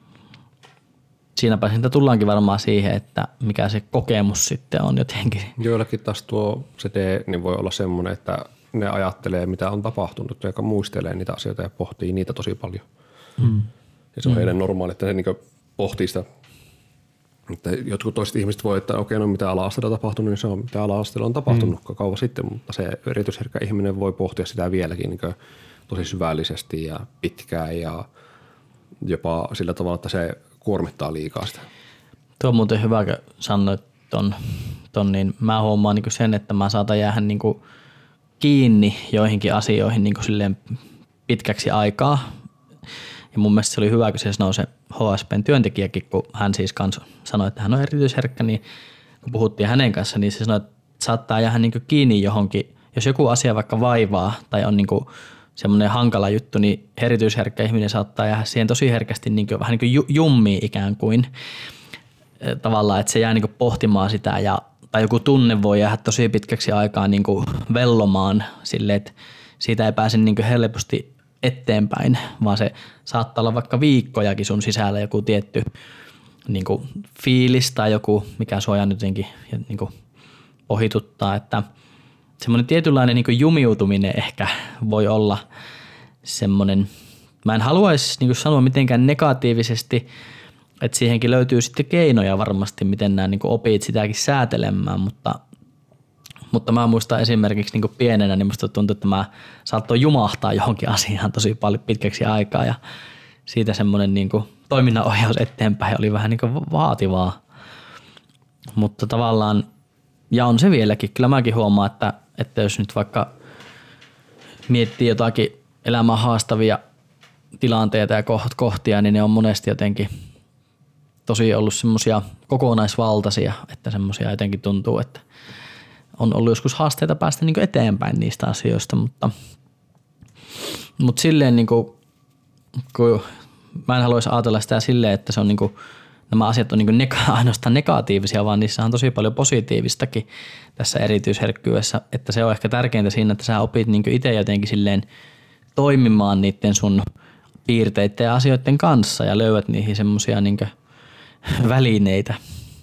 [SPEAKER 2] siinäpä siitä tullaankin varmaan siihen, että mikä se kokemus sitten on jotenkin.
[SPEAKER 1] Joillakin taas se D niin voi olla semmoinen, että ne ajattelee mitä on tapahtunut ja muistelee niitä asioita ja pohtii niitä tosi paljon. Ja se on heidän normaali, että ne niin pohtii sitä. Että jotkut toiset ihmiset voi, että okei, no mitä ala-asteella on tapahtunut, niin se on mitä ala-asteella on tapahtunut kauan sitten, mutta se erityisherkkä ihminen voi pohtia sitä vieläkin niin tosi syvällisesti ja pitkään ja jopa sillä tavalla, että se kuormittaa liikaa sitä.
[SPEAKER 2] Tuo on muuten hyvä, kun sanoit ton, niin mä huomaan niin sen, että mä saatan jäädä niin kiinni joihinkin asioihin niin silleen pitkäksi aikaa. Ja mun mielestä se oli hyvä, kun se sanoi se HSP:n työntekijäkin, kun hän siis kanssa sanoi, että hän on erityisherkkä, niin kun puhuttiin hänen kanssa, niin se sanoi, että saattaa jäädä niin kiinni johonkin. Jos joku asia vaikka vaivaa tai on niin semmoinen hankala juttu, niin erityisherkkä ihminen saattaa jäädä siihen tosi herkästi vähän niin kuin jummiin ikään kuin. Tavallaan, että se jää niin pohtimaan sitä tai joku tunne voi jäädä tosi pitkäksi aikaa niin vellomaan silleen, että siitä ei pääse niin helposti eteenpäin, vaan se saattaa olla vaikka viikkojakin sun sisällä joku tietty niin kuin fiilis tai joku, mikä sua nyt jotenkin niin kuin ohituttaa, että semmoinen tietynlainen niin kuin jumiutuminen ehkä voi olla semmoinen, mä en haluaisi niin kuin sanoa mitenkään negatiivisesti, että siihenkin löytyy sitten keinoja varmasti, miten nämä niin kuin opit sitäkin säätelemään, mutta mä muistan esimerkiksi niin pienenä, niin musta tuntuu, että mä saattoin jumahtaa johonkin asiaan tosi paljon pitkäksi aikaa ja siitä semmoinen niin toiminnanohjaus eteenpäin oli vähän niin vaativaa. Mutta tavallaan, ja on se vieläkin, kyllä mäkin huomaan, että jos nyt vaikka miettii jotakin elämän haastavia tilanteita ja kohtia, niin ne on monesti jotenkin tosi ollut semmoisia kokonaisvaltaisia, että semmoisia jotenkin tuntuu, että on ollut joskus haasteita päästä niin kuin eteenpäin niistä asioista, mutta silleen niin kuin, kun mä en haluaisi ajatella sitä silleen, että se on niin kuin, nämä asiat on niin kuin ainoastaan negatiivisia, vaan niissä on tosi paljon positiivistakin tässä erityisherkkyydessä, että se on ehkä tärkeintä siinä, että sä opit niin kuin itse jotenkin silleen toimimaan niiden sun piirteiden ja asioiden kanssa ja löydät niihin semmoisia niin kuin välineitä.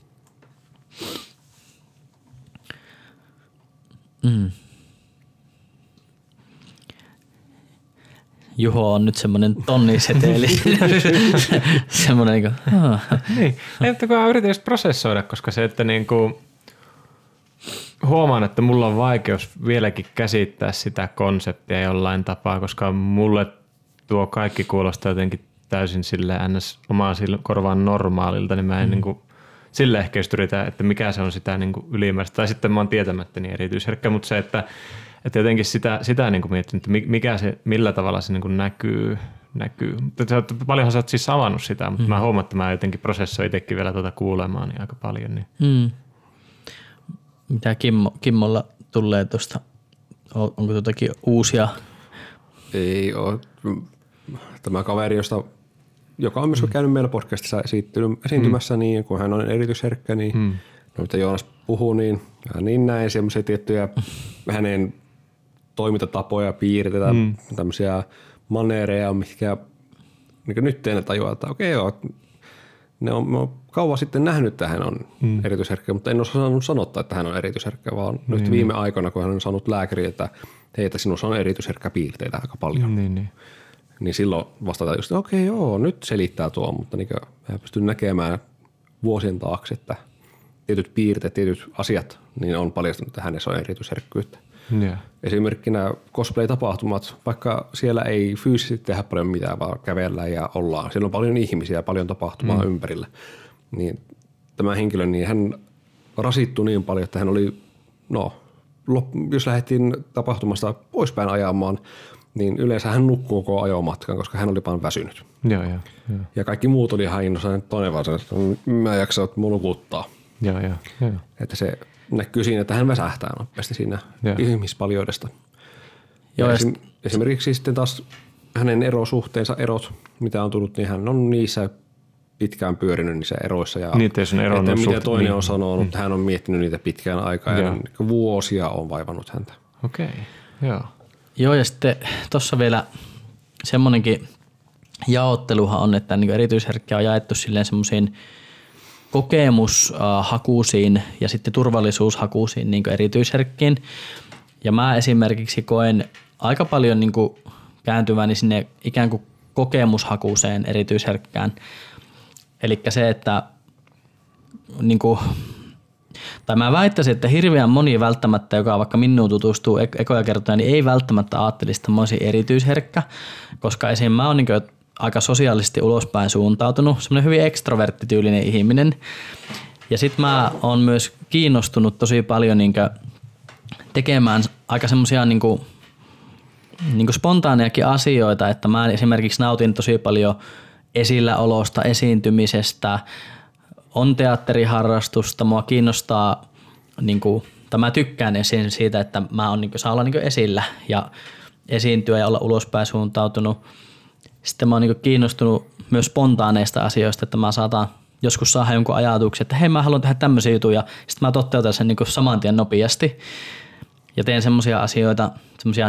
[SPEAKER 2] Juho on nyt semmoinen tonniseteli. Semmoinen niin kuin,
[SPEAKER 3] Niin, että kun mä yritän prosessoida, koska se, että niinku huomaan, että mulla on vaikeus vieläkin käsittää sitä konseptia jollain tapaa, koska mulle tuo kaikki kuulostaa jotenkin täysin silleen ns. Omaan korvaan normaalilta, niin mä en niinku sillä ehkä just yritä, että mikä se on sitä niinku ylimääräistä. Tai sitten mä oon tietämättäni erityisherkkä, mutta se, että Että jotenkin sitä niin kuin miettinyt, että millä tavalla se niin kuin näkyy. Paljonhan sä oot siis avannut sitä, mutta mä huomaan, että mä jotenkin prosessoin itsekin vielä kuulemaan niin aika paljon. Niin.
[SPEAKER 2] Mitä Kimmolla tulee tuosta? Onko jotakin uusia?
[SPEAKER 1] Ei ole. Tämä kaveri, joka on myös käynyt meillä podcastissa esiintymässä, niin kun hän on erityisherkkä, niin mitä Joonas puhuu, niin näin semmoisia tiettyjä hänen toimintatapoja, piirteitä, tämmöisiä maneereja, mitkä niin nyt en tajua, että okei joo, mä oon kauan sitten nähnyt, että hän on erityisherkkä, mutta en osannut sanottaa, että hän on erityisherkkä, vaan nyt viime aikoina, kun hän on saanut lääkäri, että hei, että sinussa on erityisherkkä piirteitä aika paljon. Niin silloin vastataan just, että okei joo, nyt selittää tuo, mutta niin mä pystyn näkemään vuosien taakse, että tietyt piirteet, tietyt asiat, niin on paljastunut, että hänessä on erityisherkkyyttä. Yeah. Esimerkkinä cosplay-tapahtumat, vaikka siellä ei fyysisesti tehdä paljon mitään, vaan kävellään ja ollaan. Siellä on paljon ihmisiä, paljon tapahtumaa ympärillä. Niin tämä henkilö, niin hän rasittui niin paljon, että hän oli, jos lähdettiin tapahtumasta poispäin ajamaan, niin yleensä hän nukkuu koko ajomatkan, koska hän oli vaan väsynyt. Ja kaikki muut oli ihan innoissaan, toinen vaan sanoi, että mä en jaksa nukuttaa. Että se näkyy siinä, että hän väsähtää nopeasti siinä ihmispaljoudesta. Esimerkiksi sitten taas hänen erot, mitä on tullut, niin hän on niissä pitkään pyörinyt niissä eroissa. Ja
[SPEAKER 3] niitä jos on eronnut
[SPEAKER 1] mitä toinen on sanonut, että hän on miettinyt niitä pitkään aikaa ja vuosia on vaivannut häntä.
[SPEAKER 3] Okei, joo.
[SPEAKER 2] Joo, ja sitten tuossa vielä semmoinenkin jaotteluhan on, että niin erityisherkkiä on jaettu silleen semmoisiin kokemushakuisiin ja sitten turvallisuushakuisiin niin erityisherkkiin. Ja mä esimerkiksi koen aika paljon niin kääntyväni sinne ikään kuin kokemushakuiseen erityisherkkään. Eli se, että niin kuin, tai mä väittäisin, että hirveän moni välttämättä, joka vaikka minuun tutustuu ekoja kertoja, niin ei välttämättä ajattelisi, että mä olisin erityisherkkä, koska esim. Mä oon niin aika sosiaalisesti ulospäin suuntautunut, semmoinen hyvin ekstroverttityylinen ihminen. Ja sit mä oon myös kiinnostunut tosi paljon niin tekemään aika semmosia niin spontaanejakin asioita, että mä esimerkiksi nautin tosi paljon esilläolosta, esiintymisestä, on teatteriharrastusta, mua kiinnostaa, tai mä tykkään siitä, että mä oon, saa olla esillä ja esiintyä ja olla ulospäin suuntautunut. Sitten mä oon kiinnostunut myös spontaaneista asioista, että mä saatan joskus saada jonkun ajatuksen, että hei, mä haluan tehdä tämmöisiä juttuja. Sitten mä toteutan sen saman tien nopeasti ja teen semmoisia asioita, semmoisia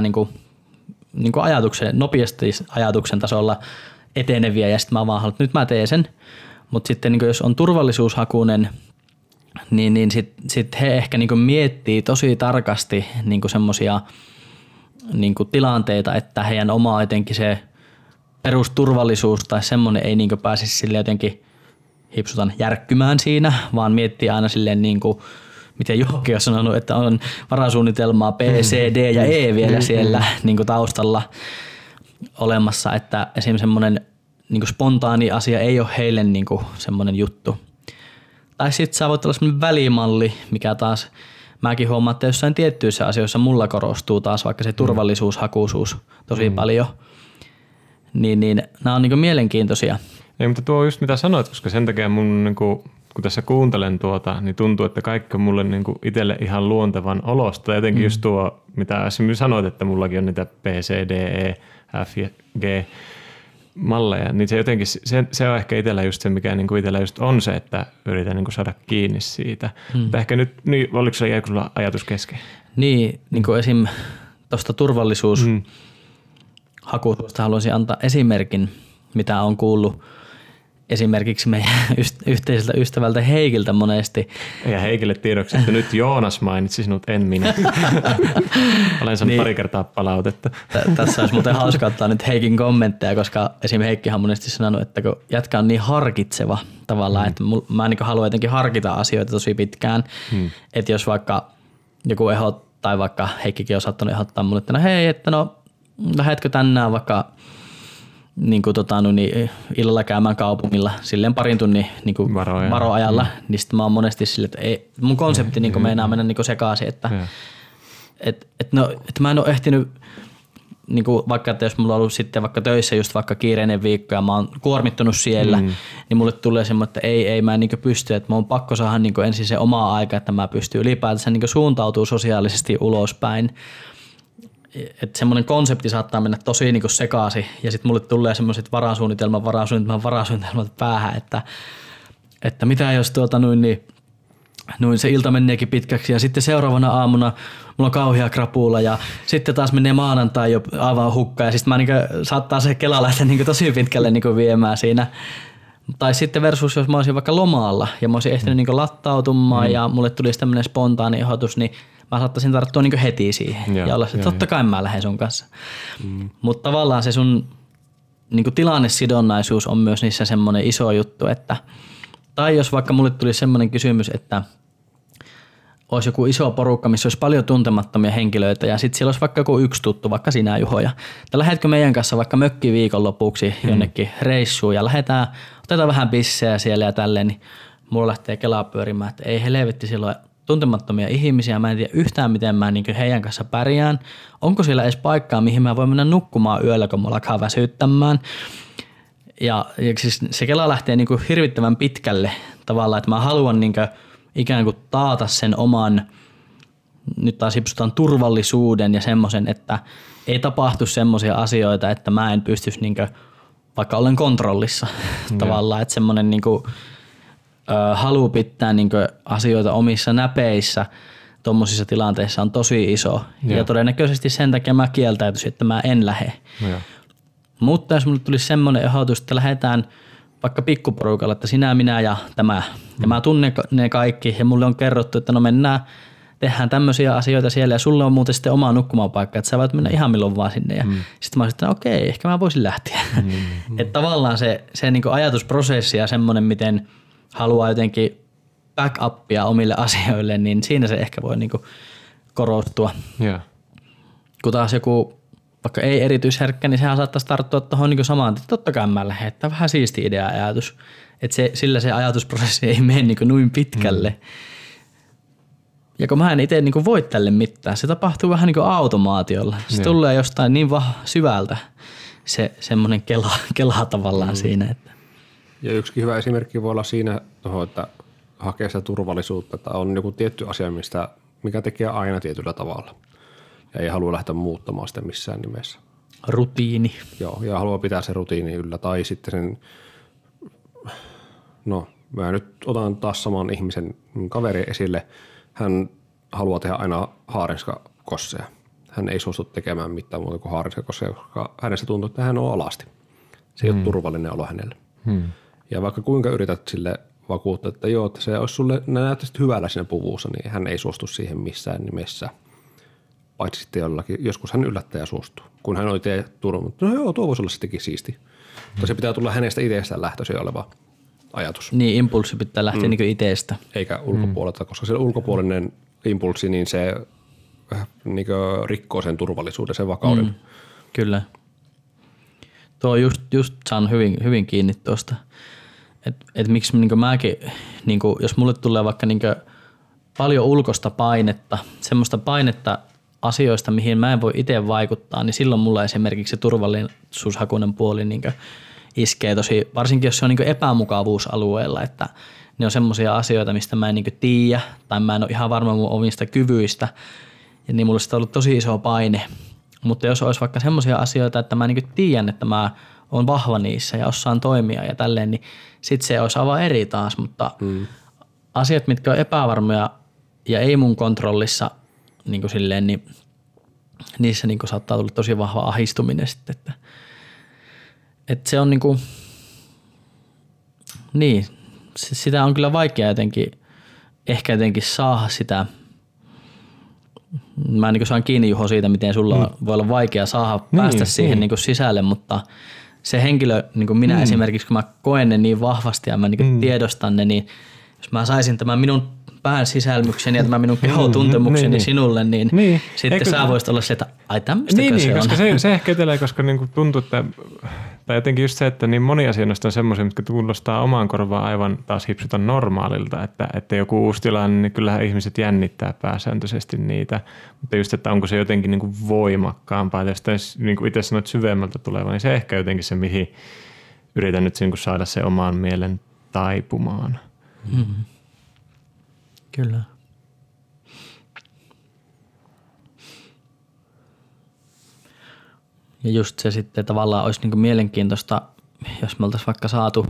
[SPEAKER 2] nopeasti ajatuksen tasolla eteneviä ja sitten mä vaan haluan, että nyt mä teen sen. Mutta sitten jos on turvallisuushakuinen, niin sit he ehkä miettii tosi tarkasti semmoisia tilanteita, että heidän oma jotenkin se perusturvallisuus tai semmoinen ei pääsisi sille jotenkin hipsutan järkkymään siinä, vaan miettii aina silleen miten Jokki on sanonut, että on varasuunnitelmaa B, C, D ja E vielä siellä taustalla olemassa, että esimerkiksi semmoinen spontaani asia ei ole heille semmoinen juttu. Tai sitten sä voit olla semmoinen välimalli, mikä taas mäkin huomaan, että jossain tiettyissä asioissa mulla korostuu taas vaikka se turvallisuushakuisuus tosi paljon. Niin nämä on mielenkiintoisia.
[SPEAKER 3] Ei, mutta tuo on just mitä sanoit, koska sen takia mun, kun tässä kuuntelen tuota, niin tuntuu, että kaikki on mulle itselle ihan luontevan olosta. Jotenkin just tuo, mitä esimerkiksi sanoit, että mullakin on niitä B, C, D, E, F ja G malleja, niin se jotenkin, se on ehkä itsellä just se, mikä itsellä just on se, että yritän saada kiinni siitä. Mutta ehkä nyt, niin, oliko sulla ajatus kesken?
[SPEAKER 2] Niin kuin esim. Tuosta turvallisuushakuisuudesta haluaisin antaa esimerkin, mitä on kuullut esimerkiksi meidän yhteiseltä ystävältä Heikiltä monesti.
[SPEAKER 3] Ja Heikille tiedoksi, että nyt Joonas mainitsi sinut, en minä. Olen saanut pari kertaa palautetta.
[SPEAKER 2] Tässä olisi muuten hauska ottaa nyt Heikin kommentteja, koska esimerkiksi Heikkihan on monesti sanonut, että kun jätkä on niin harkitseva tavallaan, että mä haluan jotenkin harkita asioita tosi pitkään. Että jos vaikka joku tai vaikka Heikkikin on saattanut ehdottaa mulle, että no hei, että lähdetkö tänään vaikka illalla käymään kaupungilla silleen parin tunnin varoajalla, niin sitten mä oon monesti silleen, että ei, mun konsepti meinaa mennä sekaisin, että mä en ole ehtinyt, niin kuin vaikka että jos mulla on ollut sitten vaikka töissä just vaikka kiireinen viikko ja mä oon kuormittunut siellä, niin mulle tulee semmoinen, että ei mä en niin pysty, että mä oon pakko saada niin ensin se omaa aika, että mä pystyn ylipäätänsä niin suuntautuu sosiaalisesti ulospäin. Että semmoinen konsepti saattaa mennä tosi niin sekaisin ja sitten mulle tulee semmoiset varasuunnitelmat päähän, että mitä jos noin se ilta meneekin pitkäksi ja sitten seuraavana aamuna mulla on kauhea krapula ja sitten taas menee maanantai jo aivan hukkaan ja sitten mä saattaa se kela lähteä tosi pitkälle viemään siinä. Tai sitten versus jos mä olisin vaikka lomalla ja mä olisin ehtinyt lattautumaan ja mulle tulisi tämmöinen spontaani ehdotus, niin mä saattaisin tarttua heti siihen ja olla se, että totta kai mä lähden sun kanssa. Mutta tavallaan se sun tilannesidonnaisuus on myös niissä semmoinen iso juttu, että tai jos vaikka mulle tuli semmoinen kysymys, että olisi joku iso porukka, missä olisi paljon tuntemattomia henkilöitä ja sitten siellä olisi vaikka joku yksi tuttu, vaikka sinä Juho. Ja lähdetkö meidän kanssa vaikka mökki viikonlopuksi jonnekin reissuun ja otetaan vähän bissejä siellä ja tälleen, niin mulla lähtee kelaa pyörimään, että ei helvetti silloin tuntemattomia ihmisiä. Mä en tiedä yhtään, miten mä heidän kanssa pärjään. Onko siellä edes paikkaa, mihin mä voin mennä nukkumaan yöllä, kun mulla alkaa väsyttämään. Ja siis se kela lähtee hirvittävän pitkälle tavallaan, että mä haluan ikään kuin taata sen oman, nyt taas hipsutaan turvallisuuden ja semmoisen, että ei tapahtu semmoisia asioita, että mä en pystyisi vaikka olen kontrollissa tavallaan, että semmoinen halu pitää asioita omissa näpeissä tuommoisissa tilanteissa on tosi iso. Ja todennäköisesti sen takia mä kieltäytyisin, että mä en lähde. Mutta jos mulle tulisi semmoinen ehdotus, että lähdetään vaikka pikkuporukalla, että sinä, minä ja tämä. Ja mä tunnen ne kaikki ja mulle on kerrottu, että no tehdään tämmöisiä asioita siellä ja sulla on muuten sitten oma nukkumapaikka, että sä voit mennä ihan milloin vaan sinne. Ja sitten mä olisin, että okei, ehkä mä voisin lähteä. Että tavallaan se ajatusprosessi ja semmoinen, miten haluaa jotenkin backupia omille asioille, niin siinä se ehkä voi korostua. Kun taas joku vaikka ei erityisherkkä, niin sehän saattaisi tarttua tuohon samaan, että totta kai mä lähden, että vähän siisti idea ajatus. Että sillä se ajatusprosessi ei mene noin pitkälle. Ja kun mä en itse voi tälle mitään, se tapahtuu vähän automaatiolla. Se tulee jostain niin syvältä se semmoinen kela tavallaan siinä. Että.
[SPEAKER 1] Ja yksikin hyvä esimerkki voi olla siinä, että hakee sitä turvallisuutta, että on joku tietty asia, mikä tekee aina tietyllä tavalla. Ja ei halua lähteä muuttamaan sitä missään nimessä.
[SPEAKER 2] Rutiini.
[SPEAKER 1] Joo, ja haluaa pitää sen rutiini yllä. Tai sitten sen, mä nyt otan taas saman ihmisen kaveri esille. Hän haluaa tehdä aina haarenskakosseja. Hän ei suostu tekemään mitään muuta kuin haarenskakosseja, koska hänestä tuntuu, että hän on alasti. Se ei ole turvallinen olo hänelle. Ja vaikka kuinka yrität sille vakuuttaa, että joo, että se olisi sulle, näyttäisi hyvällä siinä puvussa, niin hän ei suostu siihen missään nimessä. Paitsi sitten jollakin, joskus hän yllättää ja suostuu. Kun hän oli turva, mutta no joo, tuo voisi olla sittenkin siisti. Mutta se pitää tulla hänestä itsestään lähtöisin oleva ajatus.
[SPEAKER 2] Niin, impulssi pitää lähteä itsestä.
[SPEAKER 1] Eikä ulkopuolelta, koska se ulkopuolinen impulssi, niin se rikkoo sen turvallisuuden, sen vakauden.
[SPEAKER 2] Kyllä. Tuo just saan hyvin kiinni tuosta. Et miksi mäkin, jos mulle tulee vaikka paljon ulkoista painetta, semmoista painetta asioista, mihin mä en voi itse vaikuttaa, niin silloin mulla esimerkiksi se turvallisuushakuinen puoli iskee tosi, varsinkin jos se on epämukavuusalueella, että ne on semmoisia asioita, mistä mä en tiedä tai mä en ole ihan varma mun omista kyvyistä, ja niin mulla on ollut tosi iso paine. Mutta jos olisi vaikka semmoisia asioita, että mä tiedän, että mä oon vahva niissä ja osaan toimia ja tälleen, niin sit se olisi aivan eri taas, mutta asiat, mitkä on epävarmoja ja ei mun kontrollissa, niin niissä saattaa tulla tosi vahva ahdistuminen sitten, että se on niin, sitä on kyllä vaikea ehkä jotenkin saada sitä. Mä saan kiinni Juho siitä, miten sulla voi olla vaikea saada päästä siihen sisälle, mutta se henkilö, minä esimerkiksi, kun mä koen ne niin vahvasti ja mä tiedostan ne, niin jos mä saisin tämän minun pään sisälmyksen ja tämän minun kehotuntemukseni sinulle, niin sitten sä voisit olla se, että ai tämmöistäkö se on.
[SPEAKER 3] Koska se ehkä etelee, koska tuntuu, että Tai jotenkin just se, että niin moni asia on semmoisia, mitkä kuulostaa omaan korvaan aivan taas hipsuta normaalilta, että joku uusi tilanne, niin kyllähän ihmiset jännittää pääsääntöisesti niitä, mutta just, että onko se jotenkin niin kuin voimakkaampaa, jos niin kuin itse sanoit syvemmältä tuleva, niin se ehkä jotenkin se, mihin yritän nyt niin kuin saada se oman mielen taipumaan.
[SPEAKER 2] Mm-hmm. Kyllä. Ja just se sitten tavallaan olisi niin kuin mielenkiintoista, jos me oltaisiin vaikka saatu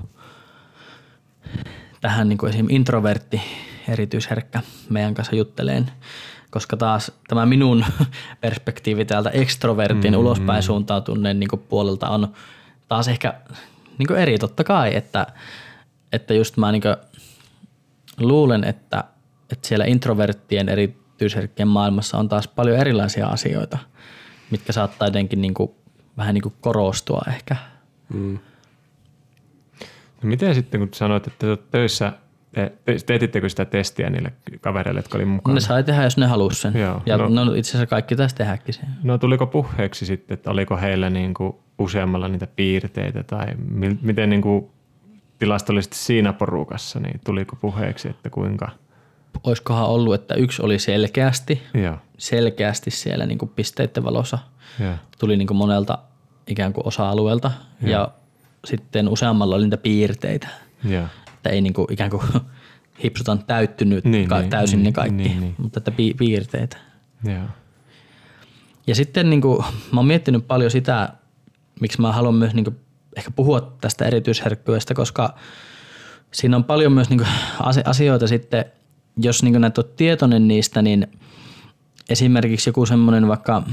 [SPEAKER 2] tähän niin kuin esim. Introvertti erityisherkkä meidän kanssa jutteleen, koska taas tämä minun perspektiivi täältä ekstrovertin ulospäin suuntautuneen niin kuin puolelta on taas ehkä niin kuin eri totta kai, että just mä niin kuin luulen, että siellä introverttien erityisherkkien maailmassa on taas paljon erilaisia asioita, mitkä saattaa jotenkin niin kuin, vähän niin kuin korostua ehkä.
[SPEAKER 3] No miten sitten, kun sanoit, että olet töissä, teetittekö sitä testiä niille kavereille, jotka oli mukana?
[SPEAKER 2] Ne sai tehdä, jos ne halusi sen.
[SPEAKER 3] Joo,
[SPEAKER 2] ja no itse asiassa kaikki taisi tehdäkin sen.
[SPEAKER 3] No tuliko puheeksi sitten, että oliko heillä niin kuin useammalla niitä piirteitä tai miten niin kuin tilastollisesti siinä porukassa, niin tuliko puheeksi, että kuinka?
[SPEAKER 2] Olisikohan ollut, että yksi oli
[SPEAKER 3] Joo.
[SPEAKER 2] selkeästi siellä niin kuin pisteiden valossa.
[SPEAKER 3] Joo.
[SPEAKER 2] Tuli niin kuin monelta ikään kuin osa-alueelta ja sitten useammalla oli niitä piirteitä.
[SPEAKER 3] Joo.
[SPEAKER 2] Että ei niin kuin ikään kuin hipsutan täyttynyt täysin ne kaikki, mutta että piirteitä.
[SPEAKER 3] Joo.
[SPEAKER 2] Ja sitten niin kuin, mä oon miettinyt paljon sitä, miksi mä haluan myös niin kuin ehkä puhua tästä erityisherkkyydestä, koska siinä on paljon myös niin kuin asioita sitten, jos niin kuin näet oot tietoinen niistä, niin esimerkiksi joku semmoinen vaikka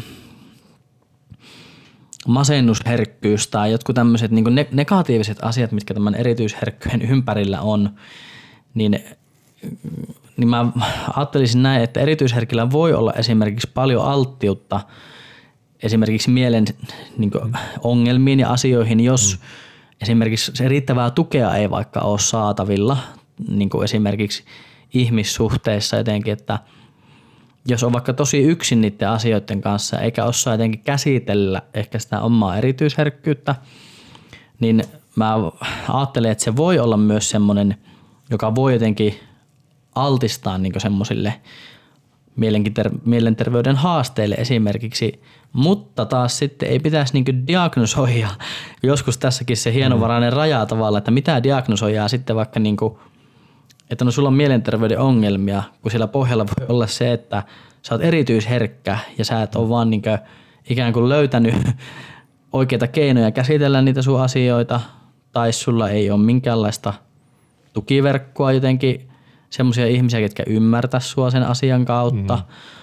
[SPEAKER 2] masennusherkkyys tai jotkut tämmöiset niin kuin negatiiviset asiat, mitkä tämän erityisherkkyyden ympärillä on, niin mä ajattelisin näin, että erityisherkillä voi olla esimerkiksi paljon alttiutta esimerkiksi mielen niin kuin ongelmiin ja asioihin, jos esimerkiksi se riittävää tukea ei vaikka ole saatavilla, niin kuin esimerkiksi ihmissuhteissa jotenkin, että jos on vaikka tosi yksin niiden asioiden kanssa eikä osaa jotenkin käsitellä ehkä sitä omaa erityisherkkyyttä, niin mä ajattelen, että se voi olla myös semmoinen, joka voi jotenkin altistaa niin semmoisille mielenterveyden haasteille esimerkiksi, mutta taas sitten ei pitäisi niin diagnosoida. Joskus tässäkin se hienovarainen raja tavalla, että mitä diagnosoijaa sitten vaikka niin kuin, että no sulla on mielenterveyden ongelmia, kun siellä pohjalla voi olla se, että sä oot erityisherkkä ja sä et ole vaan niin kuin ikään kuin löytänyt oikeita keinoja käsitellä niitä sun asioita tai sulla ei ole minkäänlaista tukiverkkoa jotenkin, semmoisia ihmisiä, ketkä ymmärtää sua sen asian kautta.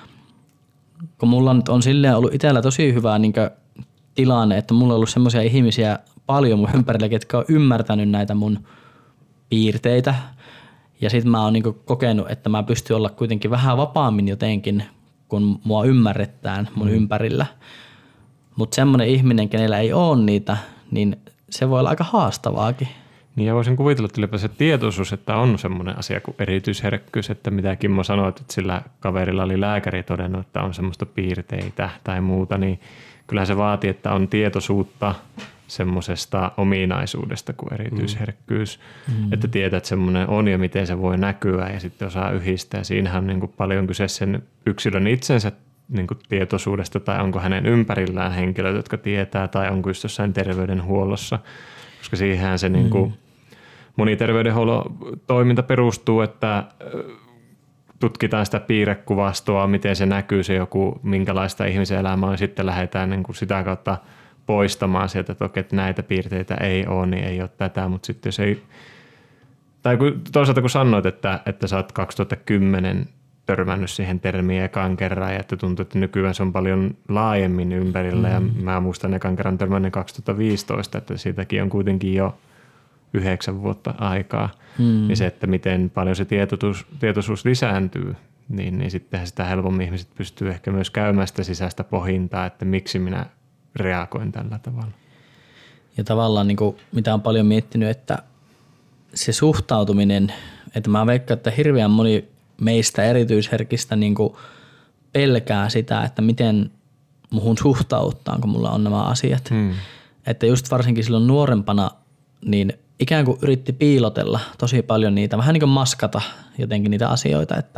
[SPEAKER 2] Kun mulla nyt on silleen ollut itsellä tosi hyvä niin kuin tilanne, että mulla on ollut semmoisia ihmisiä paljon mun ympärillä, ketkä on ymmärtänyt näitä mun piirteitä. Ja sit mä oon niin kuin kokenut, että mä pystyn olla kuitenkin vähän vapaammin jotenkin, kun mua ymmärretään mun ympärillä. Mutta semmoinen ihminen, kenellä ei ole niitä, niin se voi olla aika haastavaakin.
[SPEAKER 3] Niin ja voisin kuvitella, että se tietoisuus, että on semmoinen asia kuin erityisherkkyys, että mitä Kimmo sanoit, että sillä kaverilla oli lääkäri todennut, että on semmoista piirteitä tai muuta, niin kyllähän se vaatii, että on tietoisuutta semmoisesta ominaisuudesta kuin erityisherkkyys, että tietää, että semmoinen on ja miten se voi näkyä ja sitten osaa yhdistää. Siinähän on niin kuin paljon kyse sen yksilön itsensä niin kuin tietoisuudesta tai onko hänen ympärillään henkilöt, jotka tietää tai onko just jossain terveydenhuollossa, koska siihen se niin kuin moni terveydenhuollon toiminta perustuu, että tutkitaan sitä piirrekuvastoa, miten se näkyy se joku, minkälaista ihmisen elämää on ja sitten lähdetään niin kuin sitä kautta poistamaan sieltä, että okei, että näitä piirteitä ei ole, niin ei ole tätä, mutta sitten jos ei, tai toisaalta kun sanoit, että sä oot 2010 törmännyt siihen termiin ekan kerran ja että tuntuu, että nykyään se on paljon laajemmin ympärillä ja mä muistan ekan kerran törmännyt 2015, että siitäkin on kuitenkin jo 9 vuotta aikaa, niin se, että miten paljon se tietoisuus lisääntyy, niin sittenhän sitä helpommin ihmiset pystyy ehkä myös käymään sitä sisäistä pohdintaa, että miksi minä reagoin tällä tavalla.
[SPEAKER 2] Ja tavallaan niin kuin, mitä on paljon miettinyt, että se suhtautuminen, että mä veikkaan, että hirveän moni meistä erityisherkistä niin kuin pelkää sitä, että miten muhun suhtautaan, kun mulla on nämä asiat. että just varsinkin silloin nuorempana, niin ikään kuin yritti piilotella tosi paljon niitä, vähän niin kuin maskata jotenkin niitä asioita, että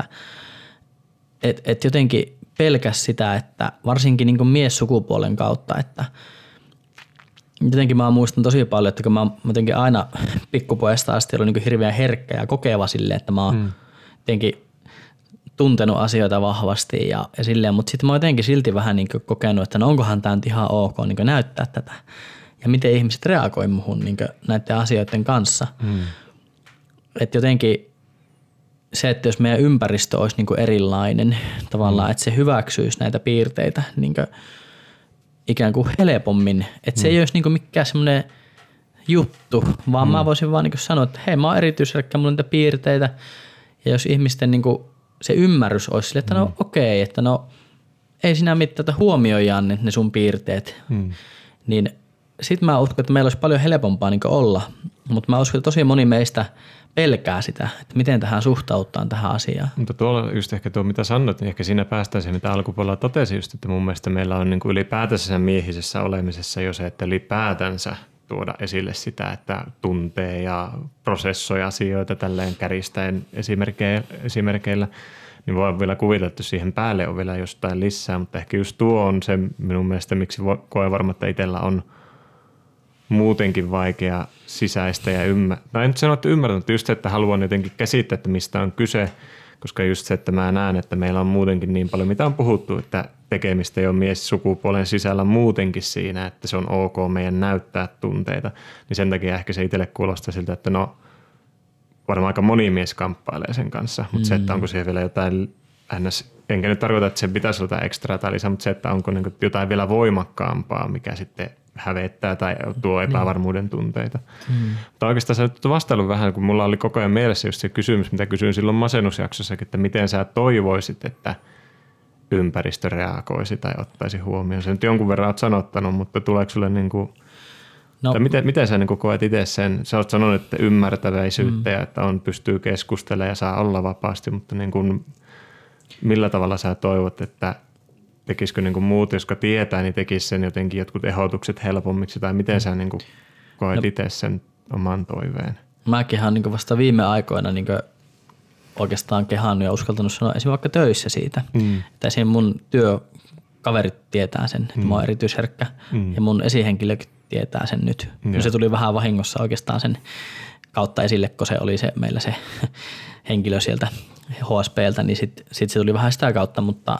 [SPEAKER 2] jotenkin pelkäs sitä, että varsinkin niin kuin miessukupuolen kautta, että jotenkin mä muistan tosi paljon, että kun mä jotenkin aina pikkupojasta asti ollut niin kuin hirveän herkkä ja kokeva silleen, että mä oon jotenkin tuntenut asioita vahvasti ja silleen, mutta sitten mä oon jotenkin silti vähän niin kuin kokenut, että no onkohan tää nyt ihan ok niin kuin näyttää tätä ja miten ihmiset reagoi muhun niin kuin näiden asioiden kanssa. Että jotenkin se, että jos meidän ympäristö olisi niin kuin erilainen tavallaan, että se hyväksyisi näitä piirteitä niin kuin ikään kuin helpommin, että se ei olisi niin kuin mikään semmoinen juttu, vaan mä voisin vaan niin kuin sanoa, että hei mä oon erityisherkkä, mulla on niitä piirteitä ja jos ihmisten niin kuin se ymmärrys olisi sille, että no okei, että no ei sinä mitään, että huomioidaan ne sun piirteet, niin sit mä uskon, että meillä olisi paljon helpompaa niin kuin olla, mutta mä uskon, että tosi moni meistä pelkää sitä, että miten tähän suhtautaan tähän asiaan. Mutta
[SPEAKER 3] tuolla just ehkä tuo, mitä sanoit, niin ehkä siinä päästään siihen, mitä alkupuolella totesin just, että mun mielestä meillä on niin kuin ylipäätänsä miehisessä olemisessa jo se, että ylipäätänsä tuoda esille sitä, että tuntee ja prosessoi asioita tälleen kärjistäen esimerkkeillä, niin voi vielä kuvitella, että siihen päälle on vielä jostain lisää, mutta ehkä just tuo on se minun mielestä, miksi koen varmaan, että itsellä on muutenkin vaikea sisäistä ja no en sano, että ymmärrän, mutta just se, että haluan jotenkin käsittää, että mistä on kyse, koska just se, että mä näen, että meillä on muutenkin niin paljon, mitä on puhuttu, että tekemistä jo mies-sukupuolen sisällä muutenkin siinä, että se on ok meidän näyttää tunteita, niin sen takia ehkä se itselle kuulostaa siltä, että no varmaan aika moni mies kamppailee sen kanssa, mutta se, että onko siihen vielä jotain enkä nyt tarkoita, että se pitäisi olla ekstra tai lisää, mutta se, että onko niin jotain vielä voimakkaampaa, mikä sitten hävettää tai tuo epävarmuuden tunteita. Mutta oikeastaan sä nyt vastaillut vähän, kun mulla oli koko ajan mielessä just se kysymys, mitä kysyin silloin masennusjaksossakin, että miten sä toivoisit, että ympäristö reagoisi tai ottaisi huomioon. Sä nyt jonkun verran oot sanottanut, mutta tuleeko sulle miten sä koet itse sen? Sä oot sanonut, että ymmärtäväisyyttä ja että pystyy keskustelemaan ja saa olla vapaasti, mutta millä tavalla sä toivot, että tekisikö muut, jotka tietää, niin tekisi sen jotenkin jotkut ehdotukset helpommiksi tai miten sä koet itse sen oman toiveen? Mäkin
[SPEAKER 2] olen vasta viime aikoina oikeastaan kehannut ja uskaltanut sanoa esimerkiksi vaikka töissä siitä. Että esimerkiksi mun työkaverit tietää sen, että mä oon erityisherkkä ja mun esihenkilökin tietää sen nyt. No se tuli vähän vahingossa oikeastaan sen kautta esille, kun se oli meillä se henkilö sieltä HSP:ltä, niin sit se tuli vähän sitä kautta, mutta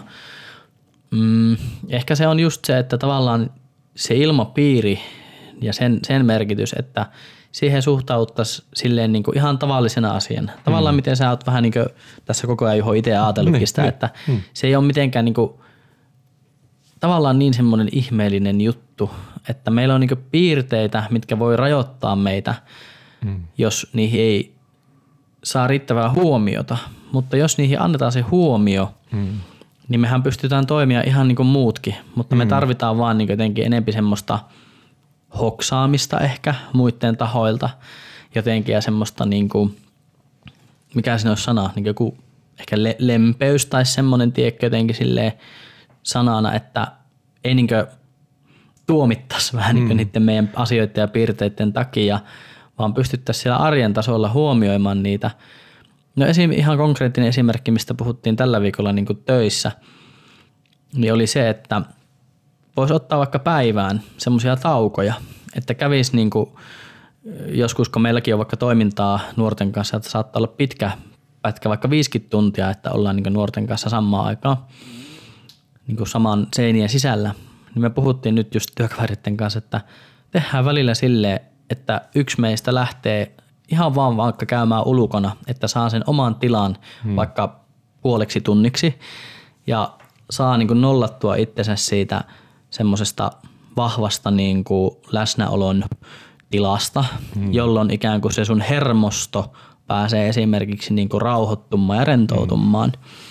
[SPEAKER 2] ehkä se on just se, että tavallaan se ilmapiiri ja sen merkitys, että siihen suhtauttaisiin silleen niin kuin ihan tavallisena asiana. Tavallaan miten sä oot vähän niin kuin tässä koko ajan itse ajatellutkin sitä, että se ei ole mitenkään niin kuin, tavallaan niin semmoinen ihmeellinen juttu, että meillä on niin kuin piirteitä, mitkä voi rajoittaa meitä, jos niihin ei saa riittävää huomiota. Mutta jos niihin annetaan se huomio, niin mehän pystytään toimia ihan niin kuin muutkin, mutta me tarvitaan vaan niin jotenkin enemmän semmoista hoksaamista ehkä muiden tahoilta jotenkin ja semmoista niin kuin, mikä siinä olisi sana, niin joku ehkä lempeys tai semmoinen tiekkä jotenkin silleen sanana, että ei niin kuin tuomittaisi vähän niin kuin niiden meidän asioiden ja piirteiden takia, vaan pystyttäisiin siellä arjen tasolla huomioimaan niitä. No ihan konkreettinen esimerkki, mistä puhuttiin tällä viikolla niin kuin töissä, niin oli se, että voisi ottaa vaikka päivään semmoisia taukoja, että kävisi niin kuin joskus, kun meilläkin on vaikka toimintaa nuorten kanssa, että saattaa olla pitkä pätkä, vaikka 50 tuntia, että ollaan niin kuin nuorten kanssa samaan aikaan niin kuin saman seinien sisällä, niin me puhuttiin nyt just työkaveritten kanssa, että tehdään välillä silleen, että yksi meistä lähtee ihan vaan vaikka käymään ulkona, että saa sen oman tilan vaikka puoleksi tunniksi ja saa niin kuin nollattua itsensä siitä semmoisesta vahvasta niin kuin läsnäolon tilasta, jolloin ikään kuin se sun hermosto pääsee esimerkiksi niin kuin rauhoittumaan ja rentoutumaan.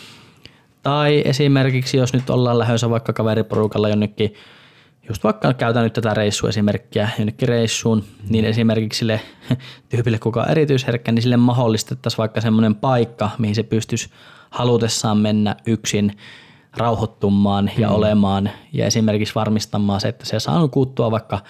[SPEAKER 2] Tai esimerkiksi jos nyt ollaan lähdössä vaikka kaveriporukalla jonnekin, just vaikka käytän nyt tätä reissuesimerkkiä jonnekin reissuun, niin esimerkiksi sille tyypille, kuka on erityisherkkä, niin sille mahdollistettaisiin vaikka semmoinen paikka, mihin se pystyisi halutessaan mennä yksin rauhoittumaan ja olemaan ja esimerkiksi varmistamaan se, että se saa nukuttua vaikka